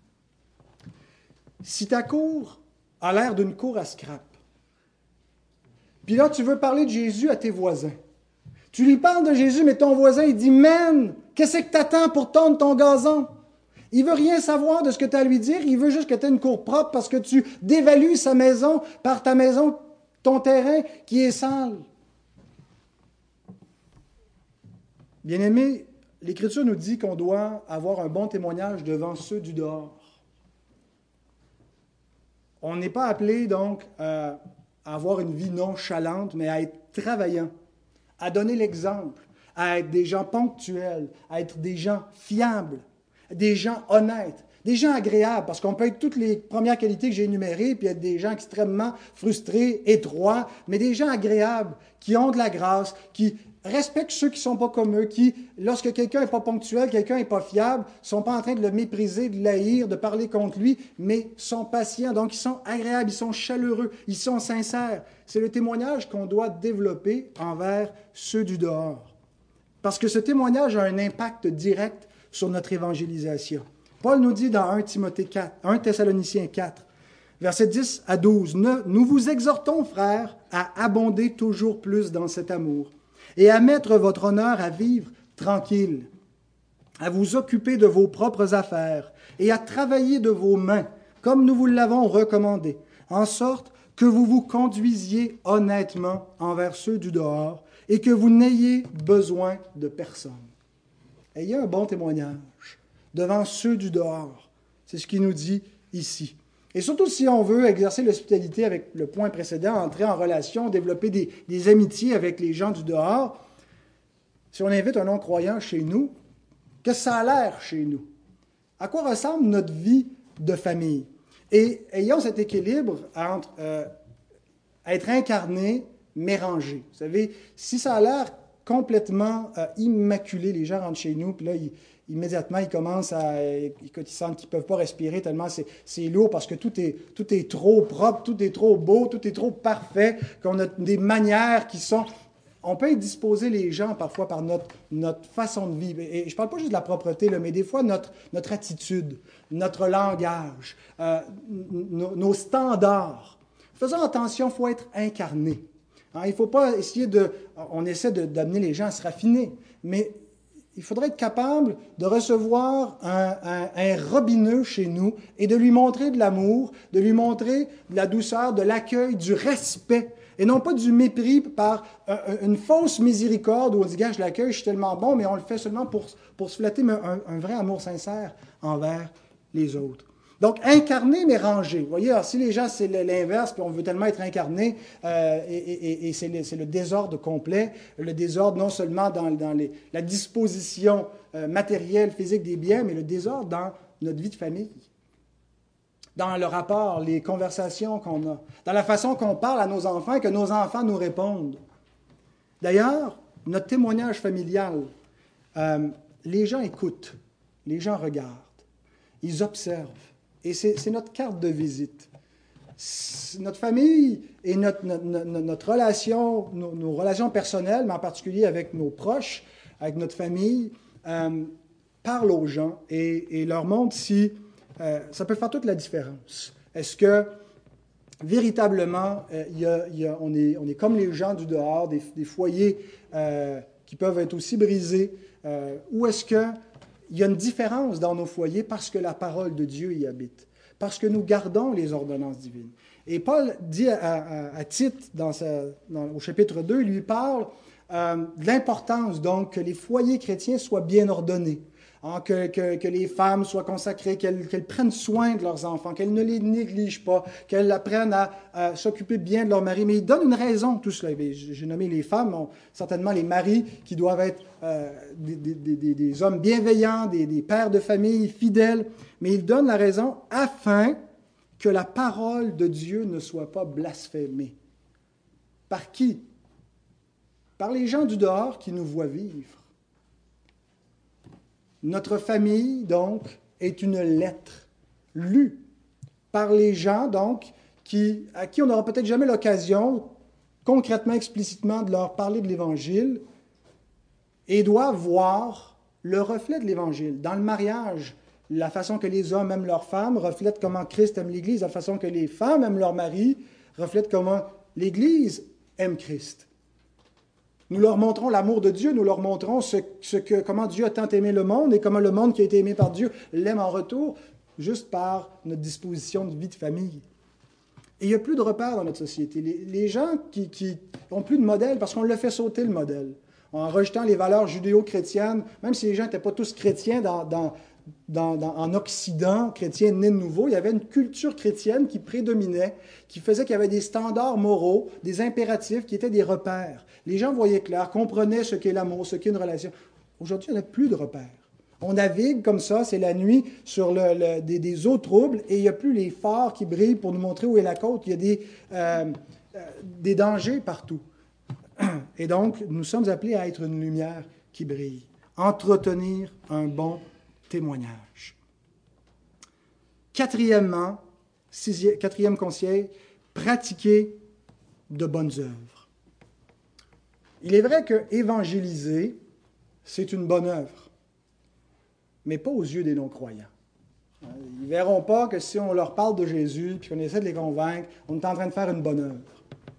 Si ta cour a l'air d'une cour à scrap, puis là tu veux parler de Jésus à tes voisins, tu lui parles de Jésus, mais ton voisin il dit « Man, qu'est-ce que t'attends pour tondre ton gazon? » Il veut rien savoir de ce que tu as à lui dire, il veut juste que tu aies une cour propre parce que tu dévalues sa maison par ta maison, ton terrain qui est sale. Bien-aimés, l'Écriture nous dit qu'on doit avoir un bon témoignage devant ceux du dehors. On n'est pas appelé donc à avoir une vie nonchalante, mais à être travaillant, à donner l'exemple, à être des gens ponctuels, à être des gens fiables, des gens honnêtes, des gens agréables, parce qu'on peut être toutes les premières qualités que j'ai énumérées, puis être des gens extrêmement frustrés, étroits, mais des gens agréables, qui ont de la grâce, qui respectent ceux qui ne sont pas comme eux, qui, lorsque quelqu'un n'est pas ponctuel, quelqu'un n'est pas fiable, ne sont pas en train de le mépriser, de l'haïr, de parler contre lui, mais sont patients, donc ils sont agréables, ils sont chaleureux, ils sont sincères. C'est le témoignage qu'on doit développer envers ceux du dehors. Parce que ce témoignage a un impact direct sur notre évangélisation. Paul nous dit dans un Timothée quatre, un Thessaloniciens quatre, versets dix à douze, « Nous vous exhortons, frères, à abonder toujours plus dans cet amour et à mettre votre honneur à vivre tranquille, à vous occuper de vos propres affaires et à travailler de vos mains, comme nous vous l'avons recommandé, en sorte que vous vous conduisiez honnêtement envers ceux du dehors et que vous n'ayez besoin de personne. » Ayez un bon témoignage devant ceux du dehors. C'est ce qu'il nous dit ici. Et surtout si on veut exercer l'hospitalité avec le point précédent, entrer en relation, développer des, des amitiés avec les gens du dehors, si on invite un non-croyant chez nous, qu'est-ce que ça a l'air chez nous? À quoi ressemble notre vie de famille? Et ayons cet équilibre entre euh, être incarné, mais rangé. Vous savez, si ça a l'air complètement euh, immaculé. Les gens rentrent chez nous, puis là, ils, immédiatement, ils commencent à... Ils, ils sentent qu'ils ne peuvent pas respirer tellement c'est, c'est lourd parce que tout est, tout est trop propre, tout est trop beau, tout est trop parfait, qu'on a des manières qui sont... On peut disposer les gens parfois par notre, notre façon de vivre. Et je ne parle pas juste de la propreté, là, mais des fois notre, notre attitude, notre langage, euh, nos, nos standards. Faisons attention, il faut être incarné. Hein, il ne faut pas essayer de... On essaie de, d'amener les gens à se raffiner, mais il faudrait être capable de recevoir un, un, un robineux chez nous et de lui montrer de l'amour, de lui montrer de la douceur, de l'accueil, du respect, et non pas du mépris par une fausse miséricorde où on dit « Gars, je l'accueille, je suis tellement bon », mais on le fait seulement pour, pour se flatter, mais un, un vrai amour sincère envers les autres. Donc, incarné, mais rangé. Vous voyez, alors, si les gens, c'est l'inverse, puis on veut tellement être incarné, euh, et, et, et c'est, le, c'est le désordre complet, le désordre non seulement dans, dans les, la disposition euh, matérielle, physique des biens, mais le désordre dans notre vie de famille, dans le rapport, les conversations qu'on a, dans la façon qu'on parle à nos enfants et que nos enfants nous répondent. D'ailleurs, notre témoignage familial, euh, les gens écoutent, les gens regardent, ils observent. Et c'est, c'est notre carte de visite. C'est notre famille et notre, notre, notre, notre relation, nos, nos relations personnelles, mais en particulier avec nos proches, avec notre famille, euh, parlent aux gens et, et leur montrent si euh, ça peut faire toute la différence. Est-ce que véritablement, euh, il y a, il y a, on, est, on est comme les gens du dehors, des, des foyers euh, qui peuvent être aussi brisés, euh, ou est-ce qu'il y a une différence dans nos foyers parce que la parole de Dieu y habite, parce que nous gardons les ordonnances divines. Et Paul dit à, à, à Tite, dans sa, dans, au chapitre deux, il lui parle euh, de l'importance donc que les foyers chrétiens soient bien ordonnés, hein, que, que, que les femmes soient consacrées, qu'elles, qu'elles prennent soin de leurs enfants, qu'elles ne les négligent pas, qu'elles apprennent à, à s'occuper bien de leur mari. Mais il donne une raison, tout cela. J'ai nommé les femmes, bon, certainement les maris qui doivent être euh, des, des, des, des hommes bienveillants, des, des pères de famille fidèles. Mais il donne la raison afin que la parole de Dieu ne soit pas blasphémée. Par qui? Par les gens du dehors qui nous voient vivre. Notre famille, donc, est une lettre lue par les gens, donc, qui, à qui on n'aura peut-être jamais l'occasion, concrètement, explicitement, de leur parler de l'Évangile, et doivent voir le reflet de l'Évangile. Dans le mariage, la façon que les hommes aiment leurs femmes reflète comment Christ aime l'Église. La façon que les femmes aiment leur mari reflète comment l'Église aime Christ. Nous leur montrons l'amour de Dieu, nous leur montrons ce, ce que, comment Dieu a tant aimé le monde et comment le monde qui a été aimé par Dieu l'aime en retour, juste par notre disposition de vie de famille. Et il n'y a plus de repères dans notre société. Les, les gens qui n'ont plus de modèle, parce qu'on l'a fait sauter le modèle, en rejetant les valeurs judéo-chrétiennes, même si les gens n'étaient pas tous chrétiens dans, dans Dans, dans, en Occident, chrétien né de nouveau, il y avait une culture chrétienne qui prédominait, qui faisait qu'il y avait des standards moraux, des impératifs qui étaient des repères. Les gens voyaient clair, comprenaient ce qu'est l'amour, ce qu'est une relation. Aujourd'hui, il n'y a plus de repères. On navigue comme ça, c'est la nuit, sur le, le, des, des eaux troubles, et il n'y a plus les phares qui brillent pour nous montrer où est la côte. Il y a des, euh, euh, des dangers partout. Et donc, nous sommes appelés à être une lumière qui brille, entretenir un bon témoignage. Quatrièmement, sixième, quatrième conseil, pratiquer de bonnes œuvres. Il est vrai que évangéliser, c'est une bonne œuvre, mais pas aux yeux des non-croyants. Ils ne verront pas que si on leur parle de Jésus et qu'on essaie de les convaincre, on est en train de faire une bonne œuvre.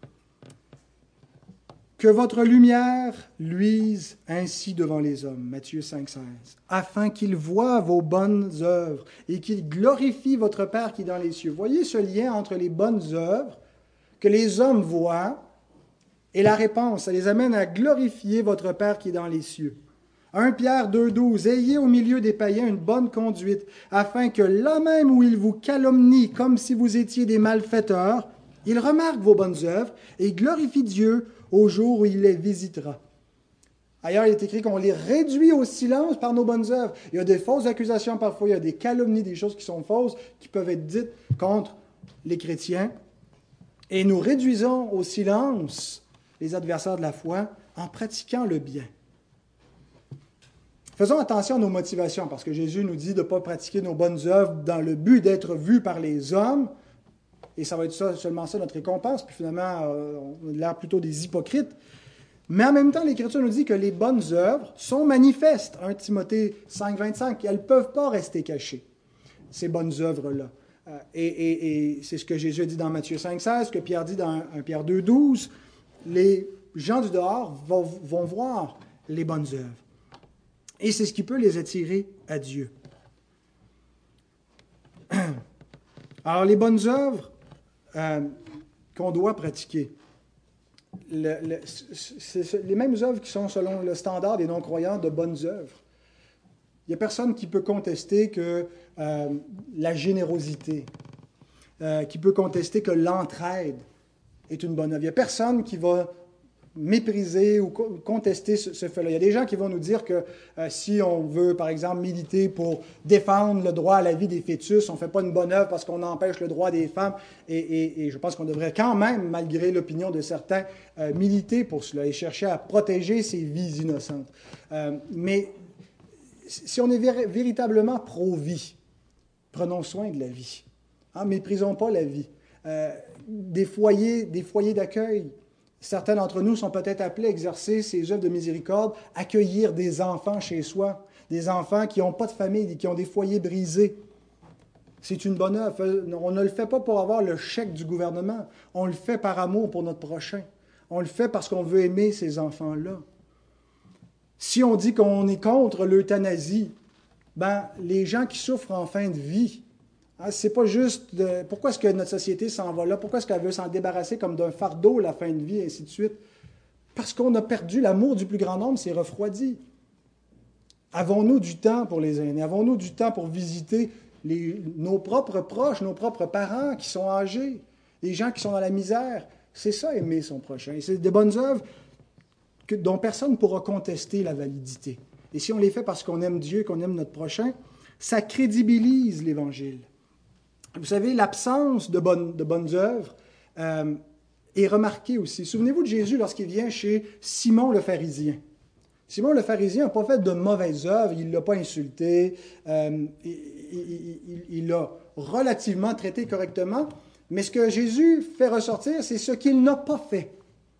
Que votre lumière luise ainsi devant les hommes, Matthieu cinq, seize, afin qu'ils voient vos bonnes œuvres et qu'ils glorifient votre Père qui est dans les cieux. Voyez ce lien entre les bonnes œuvres que les hommes voient et la réponse. Ça les amène à glorifier votre Père qui est dans les cieux. premier Pierre deux, douze, ayez au milieu des païens une bonne conduite, afin que là même où ils vous calomnient comme si vous étiez des malfaiteurs, ils remarquent vos bonnes œuvres et glorifient Dieu au jour où il les visitera. Ailleurs, il est écrit qu'on les réduit au silence par nos bonnes œuvres. Il y a des fausses accusations parfois, il y a des calomnies, des choses qui sont fausses, qui peuvent être dites contre les chrétiens. Et nous réduisons au silence les adversaires de la foi en pratiquant le bien. Faisons attention à nos motivations, parce que Jésus nous dit de ne pas pratiquer nos bonnes œuvres dans le but d'être vus par les hommes, et ça va être ça, seulement ça notre récompense, puis finalement, euh, on a l'air plutôt des hypocrites. Mais en même temps, l'Écriture nous dit que les bonnes œuvres sont manifestes. premier Timothée cinq, vingt-cinq, elles ne peuvent pas rester cachées, ces bonnes œuvres-là. Euh, et, et, et c'est ce que Jésus a dit dans Matthieu cinq, seize, ce que Pierre dit dans premier Pierre deux, douze. Les gens du dehors vont, vont voir les bonnes œuvres. Et c'est ce qui peut les attirer à Dieu. Alors, les bonnes œuvres euh, qu'on doit pratiquer, le, le, c'est les mêmes œuvres qui sont selon le standard des non-croyants de bonnes œuvres. Il n'y a personne qui peut contester que euh, la générosité, euh, qui peut contester que l'entraide est une bonne œuvre. Il n'y a personne qui va mépriser ou contester ce, ce fait-là. Il y a des gens qui vont nous dire que euh, si on veut, par exemple, militer pour défendre le droit à la vie des fœtus, on ne fait pas une bonne œuvre parce qu'on empêche le droit des femmes. Et, et, et je pense qu'on devrait quand même, malgré l'opinion de certains, euh, militer pour cela et chercher à protéger ces vies innocentes. Euh, mais si on est vér- véritablement pro-vie, prenons soin de la vie. Hein, méprisons pas la vie. Euh, des foyers, des foyers d'accueil. Certains d'entre nous sont peut-être appelés à exercer ces œuvres de miséricorde, accueillir des enfants chez soi, des enfants qui n'ont pas de famille, qui ont des foyers brisés. C'est une bonne œuvre. On ne le fait pas pour avoir le chèque du gouvernement. On le fait par amour pour notre prochain. On le fait parce qu'on veut aimer ces enfants-là. Si on dit qu'on est contre l'euthanasie, ben, les gens qui souffrent en fin de vie, hein, c'est pas juste de, pourquoi est-ce que notre société s'en va là? Pourquoi est-ce qu'elle veut s'en débarrasser comme d'un fardeau la fin de vie, et ainsi de suite? Parce qu'on a perdu l'amour du plus grand nombre, c'est refroidi. Avons-nous du temps pour les aînés? Avons-nous du temps pour visiter les, nos propres proches, nos propres parents qui sont âgés, les gens qui sont dans la misère? C'est ça, aimer son prochain. Et c'est des bonnes œuvres que, dont personne ne pourra contester la validité. Et si on les fait parce qu'on aime Dieu, qu'on aime notre prochain, ça crédibilise l'Évangile. Vous savez, l'absence de bonnes, de bonnes œuvres euh, est remarquée aussi. Souvenez-vous de Jésus lorsqu'il vient chez Simon le pharisien. Simon le pharisien n'a pas fait de mauvaises œuvres, il ne l'a pas insulté, euh, il l'a relativement traité correctement, mais ce que Jésus fait ressortir, c'est ce qu'il n'a pas fait.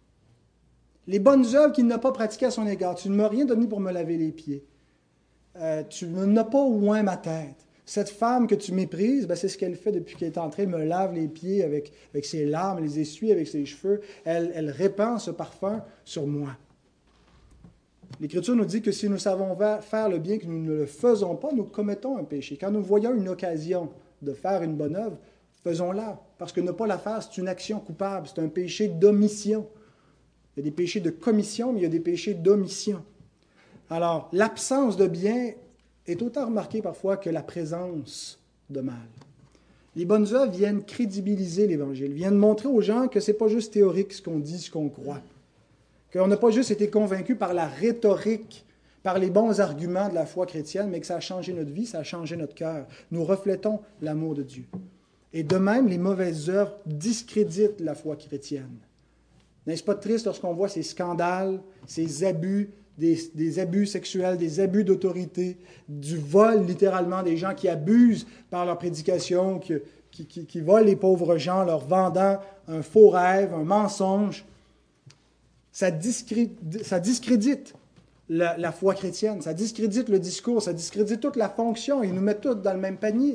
Les bonnes œuvres qu'il n'a pas pratiquées à son égard. Tu ne m'as rien donné pour me laver les pieds. Euh, tu n'as pas oint ma tête. Cette femme que tu méprises, ben c'est ce qu'elle fait depuis qu'elle est entrée. Elle me lave les pieds avec, avec ses larmes, elle les essuie avec ses cheveux. Elle, elle répand ce parfum sur moi. L'Écriture nous dit que si nous savons faire le bien, que nous ne le faisons pas, nous commettons un péché. Quand nous voyons une occasion de faire une bonne œuvre, faisons-la. Parce que ne pas la faire, c'est une action coupable, c'est un péché d'omission. Il y a des péchés de commission, mais il y a des péchés d'omission. Alors, l'absence de bien est autant remarquée parfois que la présence de mal. Les bonnes œuvres viennent crédibiliser l'Évangile, viennent montrer aux gens que ce n'est pas juste théorique ce qu'on dit, ce qu'on croit. Qu'on n'a pas juste été convaincu par la rhétorique, par les bons arguments de la foi chrétienne, mais que ça a changé notre vie, ça a changé notre cœur. Nous reflétons l'amour de Dieu. Et de même, les mauvaises œuvres discréditent la foi chrétienne. N'est-ce pas triste lorsqu'on voit ces scandales, ces abus, des, des abus sexuels, des abus d'autorité, du vol littéralement, des gens qui abusent par leur prédication, qui, qui, qui, qui volent les pauvres gens, leur vendant un faux rêve, un mensonge. Ça discrédite, ça discrédite la, la foi chrétienne, ça discrédite le discours, ça discrédite toute la fonction, ils nous mettent tous dans le même panier.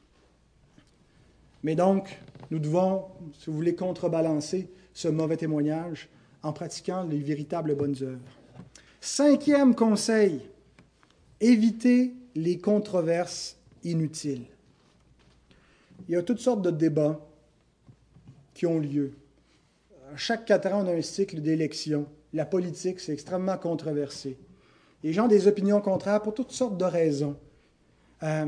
Mais donc, nous devons, si vous voulez, contrebalancer ce mauvais témoignage en pratiquant les véritables bonnes œuvres. Cinquième conseil, éviter les controverses inutiles. Il y a toutes sortes de débats qui ont lieu. Chaque quatre ans, on a un cycle d'élections. La politique, c'est extrêmement controversé. Les gens ont des opinions contraires pour toutes sortes de raisons. Euh,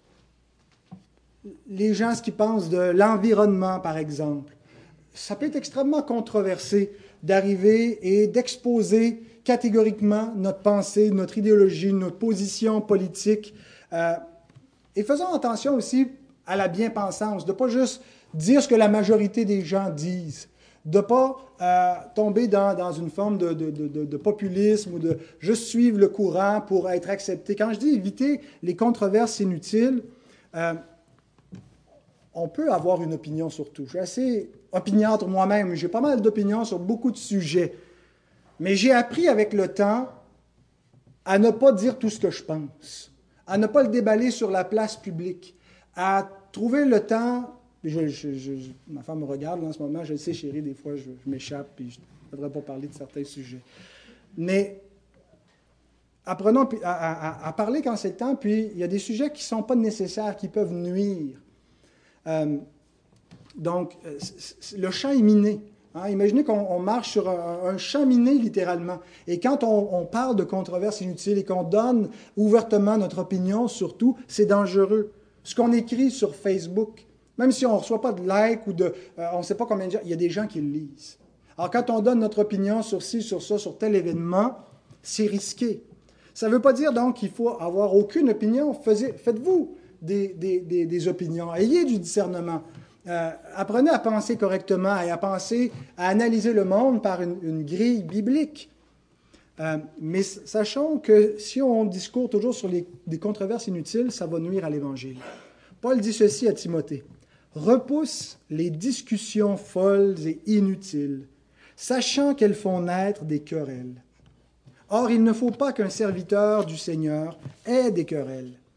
les gens, ce qu'ils pensent de l'environnement, par exemple, ça peut être extrêmement controversé d'arriver et d'exposer catégoriquement notre pensée, notre idéologie, notre position politique. Euh, et faisons attention aussi à la bien-pensance, de ne pas juste dire ce que la majorité des gens disent, de ne pas euh, tomber dans, dans une forme de, de, de, de populisme ou de juste suivre le courant pour être accepté. Quand je dis éviter les controverses inutiles, euh, on peut avoir une opinion sur tout. Je suis assez opiniâtre moi-même, j'ai pas mal d'opinions sur beaucoup de sujets. Mais j'ai appris avec le temps à ne pas dire tout ce que je pense, à ne pas le déballer sur la place publique, à trouver le temps. Je, je, je, ma femme me regarde là, en ce moment, je le sais, chérie, des fois je, je m'échappe et je ne devrais pas parler de certains sujets. Mais apprenons à, à, à parler quand c'est le temps, puis il y a des sujets qui ne sont pas nécessaires, qui peuvent nuire. Euh, donc, le champ est miné. Hein? Imaginez qu'on marche sur un, un champ miné, littéralement. Et quand on, on parle de controverses inutiles et qu'on donne ouvertement notre opinion sur tout, c'est dangereux. Ce qu'on écrit sur Facebook, même si on ne reçoit pas de like ou de... Euh, on ne sait pas combien de gens... Il y a des gens qui le lisent. Alors, quand on donne notre opinion sur ci, sur ça, sur tel événement, c'est risqué. Ça ne veut pas dire, donc, qu'il faut avoir aucune opinion. Faisez, faites-vous des, des, des, des opinions. Ayez du discernement. Euh, apprenez à penser correctement et à penser, à analyser le monde par une, une grille biblique. Euh, mais sachons que si on discourt toujours sur les, des controverses inutiles, ça va nuire à l'Évangile. Paul dit ceci à Timothée. « Repousse les discussions folles et inutiles, sachant qu'elles font naître des querelles. Or, il ne faut pas qu'un serviteur du Seigneur ait des querelles,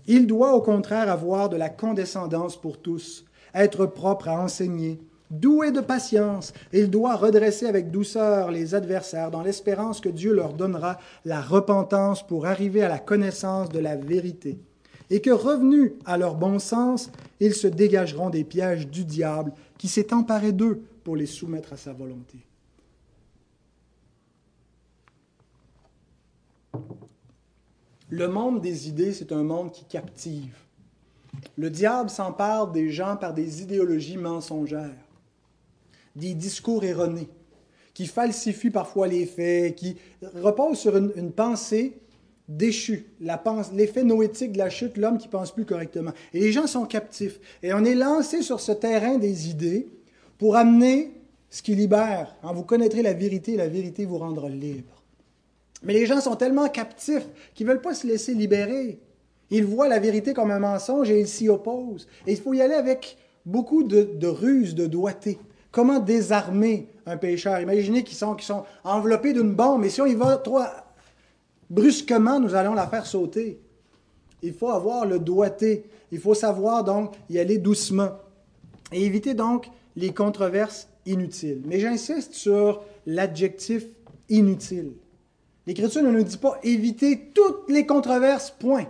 Il doit au contraire avoir de la condescendance pour tous, être propre à enseigner, doué de patience. Il doit redresser avec douceur les adversaires dans l'espérance que Dieu leur donnera la repentance pour arriver à la connaissance de la vérité, et que revenus à leur bon sens, ils se dégageront des pièges du diable qui s'est emparé d'eux pour les soumettre à sa volonté. Le monde des idées, c'est un monde qui captive. Le diable s'empare des gens par des idéologies mensongères, des discours erronés, qui falsifient parfois les faits, qui reposent sur une, une pensée déchue, la pense, l'effet noétique de la chute, l'homme qui ne pense plus correctement. Et les gens sont captifs. Et on est lancé sur ce terrain des idées pour amener ce qui libère. Hein, vous connaîtrez la vérité et la vérité vous rendra libre. Mais les gens sont tellement captifs qu'ils ne veulent pas se laisser libérer. Ils voient la vérité comme un mensonge et ils s'y opposent. Et il faut y aller avec beaucoup de, de ruse, de doigté. Comment désarmer un pécheur? Imaginez qu'ils sont, qu'ils sont enveloppés d'une bombe, et si on y va trop brusquement, nous allons la faire sauter. Il faut avoir le doigté. Il faut savoir donc y aller doucement. Et éviter donc les controverses inutiles. Mais j'insiste sur l'adjectif inutile. L'Écriture ne nous dit pas éviter toutes les controverses, point.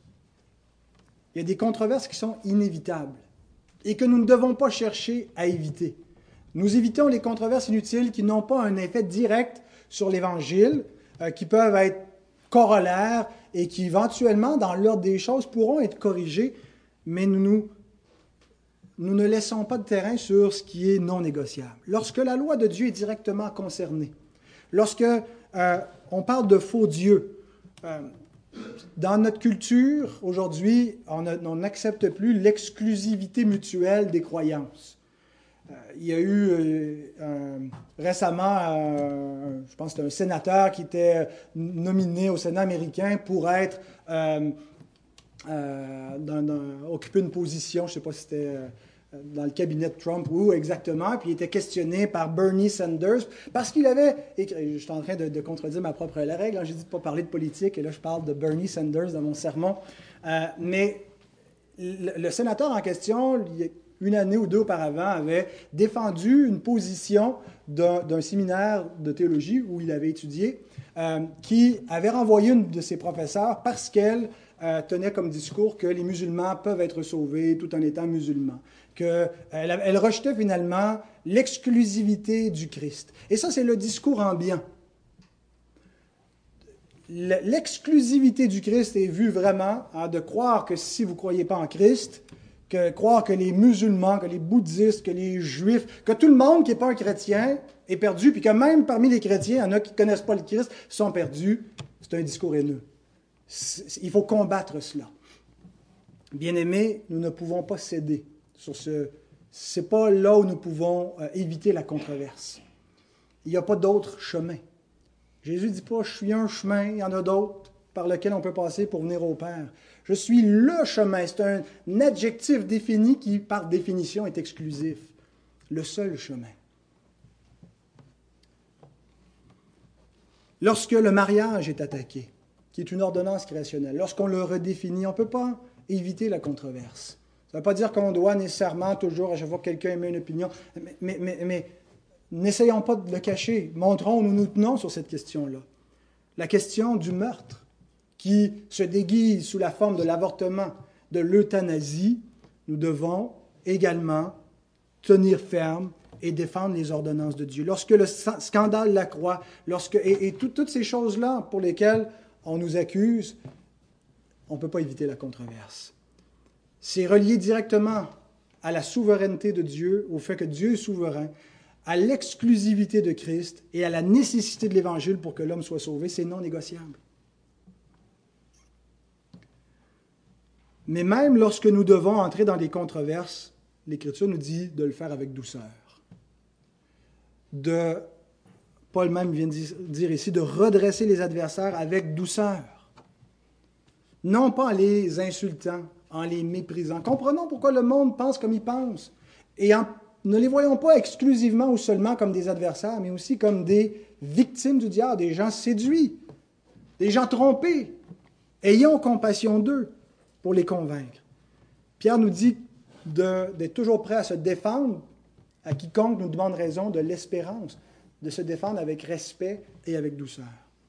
Il y a des controverses qui sont inévitables et que nous ne devons pas chercher à éviter. Nous évitons les controverses inutiles qui n'ont pas un effet direct sur l'Évangile, euh, qui peuvent être corollaires et qui éventuellement, dans l'ordre des choses, pourront être corrigées, mais nous, nous, nous ne laissons pas de terrain sur ce qui est non négociable. Lorsque la loi de Dieu est directement concernée, lorsque euh, on parle de faux dieux, euh, dans notre culture, aujourd'hui, on n'accepte plus l'exclusivité mutuelle des croyances. Euh, il y a eu euh, euh, récemment, euh, je pense que c'était un sénateur qui était nominé au Sénat américain pour être, euh, euh, dans, dans, occuper une position, je ne sais pas si c'était euh, dans le cabinet de Trump, où exactement, puis il était questionné par Bernie Sanders, parce qu'il avait, écrit, je suis en train de, de contredire ma propre règle, hein, j'ai dit de ne pas parler de politique, et là je parle de Bernie Sanders dans mon sermon, euh, mais le, le sénateur en question, une année ou deux auparavant, avait défendu une position d'un, d'un séminaire de théologie où il avait étudié, euh, qui avait renvoyé une de ses professeurs parce qu'elle euh, tenait comme discours que les musulmans peuvent être sauvés tout en étant musulmans. Qu'elle elle rejetait finalement l'exclusivité du Christ. Et ça, c'est le discours ambiant. L'exclusivité du Christ est vue vraiment, hein, de croire que si vous ne croyez pas en Christ, que croire que les musulmans, que les bouddhistes, que les juifs, que tout le monde qui n'est pas un chrétien est perdu, puis que même parmi les chrétiens, il y en a qui ne connaissent pas le Christ, sont perdus, c'est un discours haineux. Il faut combattre cela. Bien-aimés, nous ne pouvons pas céder sur ce... Ce n'est pas là où nous pouvons euh, éviter la controverse. Il n'y a pas d'autre chemin. Jésus ne dit pas « je suis un chemin », il y en a d'autres par lesquels on peut passer pour venir au Père. Je suis le chemin. C'est un adjectif défini qui, par définition, est exclusif. Le seul chemin. Lorsque le mariage est attaqué, qui est une ordonnance créationnelle, lorsqu'on le redéfinit, on ne peut pas éviter la controverse. Ça ne veut pas dire qu'on doit nécessairement toujours, à chaque fois que quelqu'un émet une opinion, mais, mais, mais, mais n'essayons pas de le cacher. Montrons où nous nous tenons sur cette question-là. La question du meurtre, qui se déguise sous la forme de l'avortement, de l'euthanasie, nous devons également tenir ferme et défendre les ordonnances de Dieu. Lorsque le scandale la croix, lorsque, et, et tout, toutes ces choses-là pour lesquelles on nous accuse, on ne peut pas éviter la controverse. C'est relié directement à la souveraineté de Dieu, au fait que Dieu est souverain, à l'exclusivité de Christ et à la nécessité de l'Évangile pour que l'homme soit sauvé. C'est non négociable. Mais même lorsque nous devons entrer dans des controverses, l'Écriture nous dit de le faire avec douceur. De, Paul même vient de dire ici, de redresser les adversaires avec douceur. Non pas en les insultant, en les méprisant. Comprenons pourquoi le monde pense comme il pense. Et en, ne les voyons pas exclusivement ou seulement comme des adversaires, mais aussi comme des victimes du diable, des gens séduits, des gens trompés. Ayons compassion d'eux. pour les convaincre. Pierre nous dit de, d'être toujours prêt à se défendre à quiconque nous demande raison de l'espérance, de se défendre avec respect et avec douceur.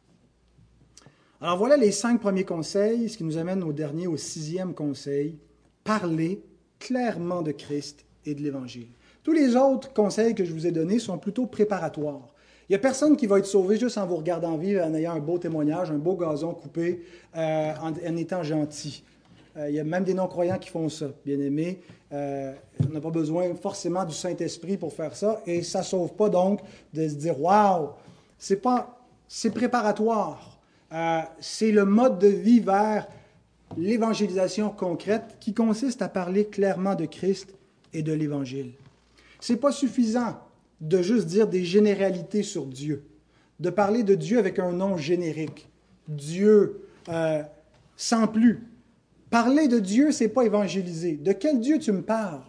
Alors voilà les cinq premiers conseils, ce qui nous amène au dernier, au sixième conseil, parler clairement de Christ et de l'Évangile. Tous les autres conseils que je vous ai donnés sont plutôt préparatoires. Il n'y a personne qui va être sauvé juste en vous regardant vivre, en ayant un beau témoignage, un beau gazon coupé, euh, en, en étant gentil. Euh, il y a même des non-croyants qui font ça, bien aimés. Euh, on n'a pas besoin forcément du Saint-Esprit pour faire ça, et ça ne sauve pas donc de se dire « Waouh! » C'est pas, c'est préparatoire. Euh, c'est le mode de vie vers l'évangélisation concrète qui consiste à parler clairement de Christ et de l'Évangile. Ce n'est pas suffisant de juste dire des généralités sur Dieu, de parler de Dieu avec un nom générique. Dieu, euh, sans plus. Parler de Dieu, ce n'est pas évangéliser. De quel Dieu tu me parles?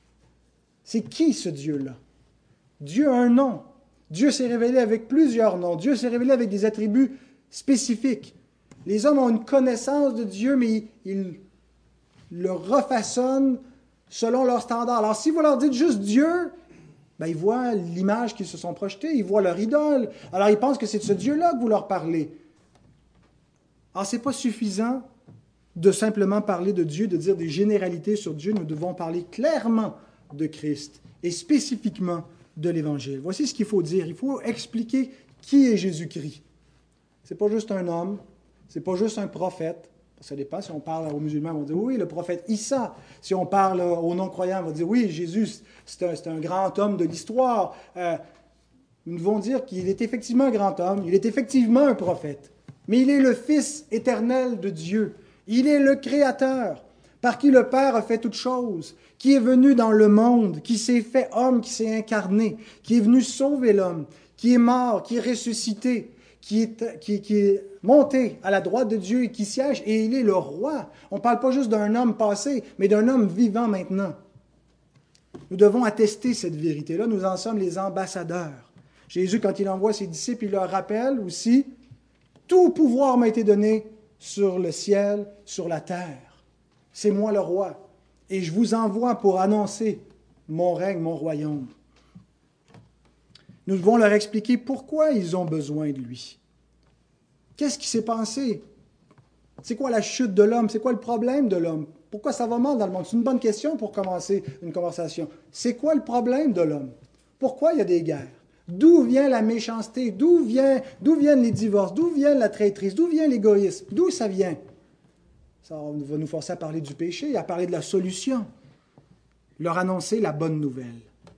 C'est qui ce Dieu-là? Dieu a un nom. Dieu s'est révélé avec plusieurs noms. Dieu s'est révélé avec des attributs spécifiques. Les hommes ont une connaissance de Dieu, mais ils le refaçonnent selon leurs standards. Alors, si vous leur dites juste Dieu, ben, ils voient l'image qu'ils se sont projetées, ils voient leur idole. Alors, ils pensent que c'est de ce Dieu-là que vous leur parlez. Alors, ce n'est pas suffisant de simplement parler de Dieu, de dire des généralités sur Dieu. Nous devons parler clairement de Christ et spécifiquement de l'Évangile. Voici ce qu'il faut dire. Il faut expliquer qui est Jésus-Christ. Ce n'est pas juste un homme, ce n'est pas juste un prophète. Ça dépend. Si on parle aux musulmans, on va dire oui, le prophète Issa. Si on parle aux non-croyants, on va dire oui, Jésus, c'est un, c'est un grand homme de l'histoire. Euh, nous devons dire qu'il est effectivement un grand homme, il est effectivement un prophète, mais il est le Fils éternel de Dieu. Il est le Créateur, par qui le Père a fait toutes choses, qui est venu dans le monde, qui s'est fait homme, qui s'est incarné, qui est venu sauver l'homme, qui est mort, qui est ressuscité, qui est, qui, qui est monté à la droite de Dieu et qui siège, et il est le roi. On ne parle pas juste d'un homme passé, mais d'un homme vivant maintenant. Nous devons attester cette vérité-là. Nous en sommes les ambassadeurs. Jésus, quand il envoie ses disciples, il leur rappelle aussi « Tout pouvoir m'a été donné sur le ciel, sur la terre. C'est moi le roi. Et je vous envoie pour annoncer mon règne, mon royaume. » Nous devons leur expliquer pourquoi ils ont besoin de lui. Qu'est-ce qui s'est passé? C'est quoi la chute de l'homme? C'est quoi le problème de l'homme? Pourquoi ça va mal dans le monde? C'est une bonne question pour commencer une conversation. C'est quoi le problème de l'homme? Pourquoi il y a des guerres? D'où vient la méchanceté? D'où vient, d'où viennent les divorces? D'où vient la traîtrise? D'où vient l'égoïsme? D'où ça vient? Ça va nous forcer à parler du péché et à parler de la solution. Leur annoncer la bonne nouvelle.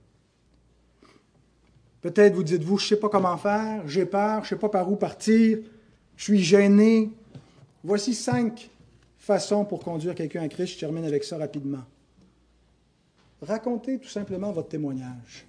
Peut-être vous dites-vous, je ne sais pas comment faire, j'ai peur, je ne sais pas par où partir, je suis gêné. Voici cinq façons pour conduire quelqu'un à Christ. Je termine avec ça rapidement. Racontez tout simplement votre témoignage.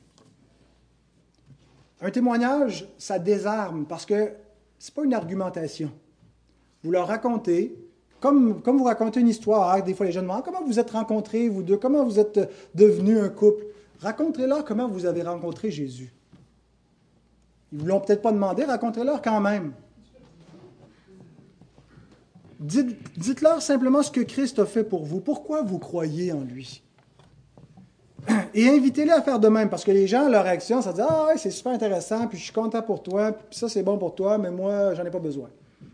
Un témoignage, ça désarme parce que ce n'est pas une argumentation. Vous leur racontez, comme, comme vous racontez une histoire, hein, des fois les jeunes demandent comment vous êtes rencontrés, vous deux, comment vous êtes devenus un couple. Racontez-leur comment vous avez rencontré Jésus. Ils ne vous l'ont peut-être pas demandé, racontez-leur quand même. Dites, dites-leur simplement ce que Christ a fait pour vous. Pourquoi vous croyez en lui? Et invitez-les à faire de même, parce que les gens, leur réaction, ça dit « Ah ouais, c'est super intéressant, puis je suis content pour toi, puis ça c'est bon pour toi, mais moi, j'en ai pas besoin. »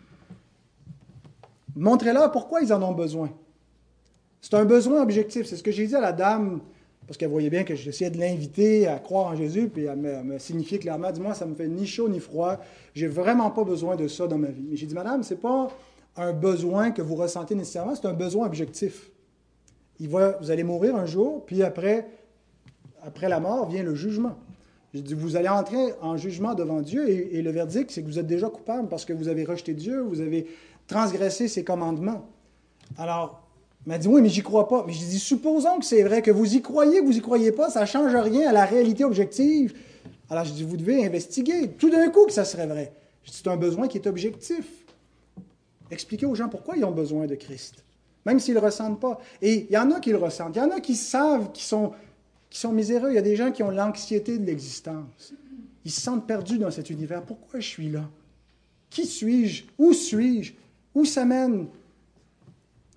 Montrez-leur pourquoi ils en ont besoin. C'est un besoin objectif. C'est ce que j'ai dit à la dame, parce qu'elle voyait bien que j'essayais de l'inviter à croire en Jésus, puis elle me, elle me signifiait clairement, dis-moi, ça me fait ni chaud ni froid, j'ai vraiment pas besoin de ça dans ma vie. Mais j'ai dit, madame, c'est pas un besoin que vous ressentez nécessairement, c'est un besoin objectif. Il va, vous allez mourir un jour, puis après, après la mort vient le jugement. J'ai dit, vous allez entrer en jugement devant Dieu, et, et le verdict, c'est que vous êtes déjà coupable parce que vous avez rejeté Dieu, vous avez transgressé ses commandements. Alors, il m'a dit, oui, mais j'y crois pas. Mais je dis, supposons que c'est vrai, que vous y croyez, vous y croyez pas, ça ne change rien à la réalité objective. Alors, je dis, vous devez investiguer. Tout d'un coup que ça serait vrai. Je dis, c'est un besoin qui est objectif. Expliquez aux gens pourquoi ils ont besoin de Christ, même s'ils ne le ressentent pas. Et il y en a qui le ressentent. Il y en a qui savent qu'ils sont, qui sont miséreux. Il y a des gens qui ont l'anxiété de l'existence. Ils se sentent perdus dans cet univers. Pourquoi je suis là? Qui suis-je? Où suis-je? Où ça mène?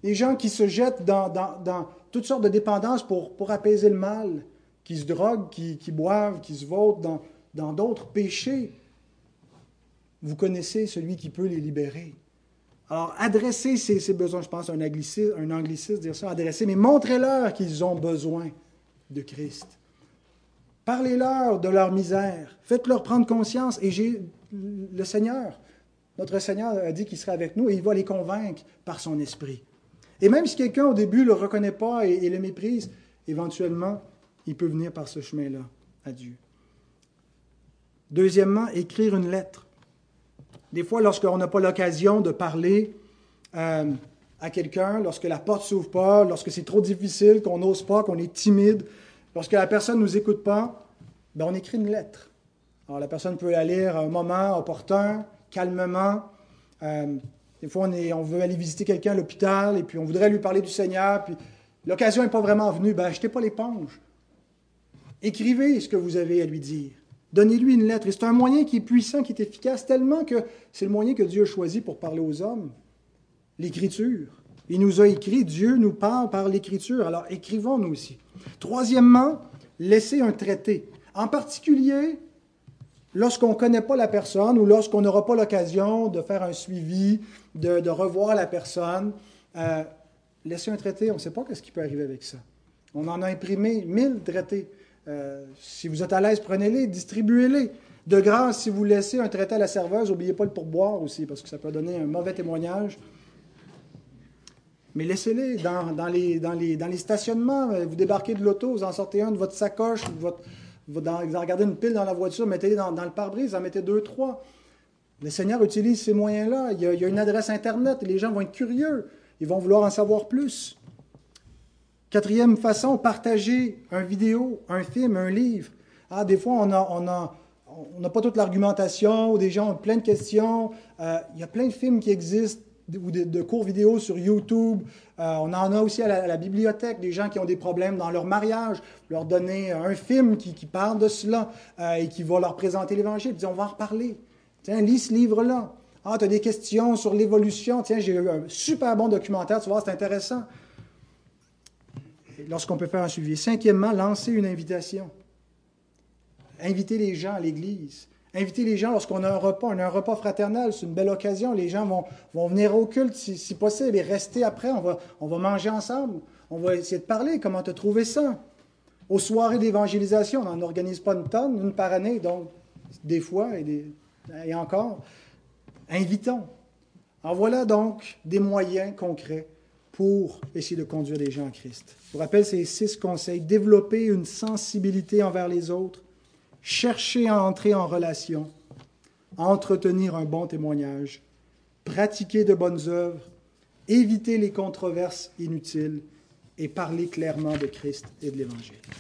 Des gens qui se jettent dans, dans, dans toutes sortes de dépendances pour, pour apaiser le mal, qui se droguent, qui, qui boivent, qui se vautrent dans, dans d'autres péchés. Vous connaissez celui qui peut les libérer. Alors, adressez ces, ces besoins, je pense un anglicisme, un anglicisme dire ça, adressez, mais montrez-leur qu'ils ont besoin de Christ. Parlez-leur de leur misère. Faites-leur prendre conscience. Et j'ai le Seigneur, notre Seigneur a dit qu'il serait avec nous et il va les convaincre par son esprit. Et même si quelqu'un au début ne le reconnaît pas et, et le méprise, éventuellement, il peut venir par ce chemin-là à Dieu. Deuxièmement, écrire une lettre. Des fois, lorsqu'on n'a pas l'occasion de parler euh, à quelqu'un, lorsque la porte ne s'ouvre pas, lorsque c'est trop difficile, qu'on n'ose pas, qu'on est timide, lorsque la personne ne nous écoute pas, ben on écrit une lettre. Alors, la personne peut la lire à un moment opportun, calmement. Euh, des fois, on, est, on veut aller visiter quelqu'un à l'hôpital et puis on voudrait lui parler du Seigneur, puis l'occasion n'est pas vraiment venue. Ben, achetez pas l'éponge. Écrivez ce que vous avez à lui dire. Donnez-lui une lettre. Et c'est un moyen qui est puissant, qui est efficace, tellement que c'est le moyen que Dieu a choisi pour parler aux hommes. L'Écriture. Il nous a écrit, Dieu nous parle par l'Écriture. Alors, écrivons nous aussi. Troisièmement, laissez un traité. En particulier, lorsqu'on ne connaît pas la personne ou lorsqu'on n'aura pas l'occasion de faire un suivi, de, de revoir la personne, euh, laissez un traité. On ne sait pas ce qui peut arriver avec ça. On en a imprimé mille traités. Euh, si vous êtes à l'aise, prenez-les, distribuez-les. De grâce, si vous laissez un traité à la serveuse, n'oubliez pas le pourboire aussi, parce que ça peut donner un mauvais témoignage. Mais laissez-les dans, dans, les, dans, les, dans les stationnements. Vous débarquez de l'auto, vous en sortez un de votre sacoche, de votre, dans, vous en regardez une pile dans la voiture, mettez-les dans, dans le pare-brise, en mettez deux, trois. Le Seigneur utilise ces moyens-là. Il y a, il y a une adresse Internet, et les gens vont être curieux. Ils vont vouloir en savoir plus. Quatrième façon, partager un vidéo, un film, un livre. Ah, des fois, on n'a on a, on a pas toute l'argumentation, ou des gens ont plein de questions. Euh, il y a plein de films qui existent, ou de, de courts vidéos sur YouTube. Euh, on en a aussi à la, à la bibliothèque, des gens qui ont des problèmes dans leur mariage, leur donner un film qui, qui parle de cela euh, et qui va leur présenter l'Évangile. Puis on va en reparler. Tiens, lis ce livre-là. Ah, tu as des questions sur l'évolution. Tiens, j'ai eu un super bon documentaire, tu vois, c'est intéressant. Lorsqu'on peut faire un suivi. Cinquièmement, lancer une invitation. Inviter les gens à l'Église. Inviter les gens lorsqu'on a un repas. On a un repas fraternel, c'est une belle occasion. Les gens vont, vont venir au culte si, si possible et rester après. On va, on va manger ensemble. On va essayer de parler. Comment tu as trouvé ça? Aux soirées d'évangélisation, on n'en organise pas une tonne, une par année, donc des fois et, des, et encore. Invitons. En voilà donc des moyens concrets pour essayer de conduire les gens à Christ. Je vous rappelle ces six conseils. Développer une sensibilité envers les autres, chercher à entrer en relation, entretenir un bon témoignage, pratiquer de bonnes œuvres, éviter les controverses inutiles et parler clairement de Christ et de l'Évangile.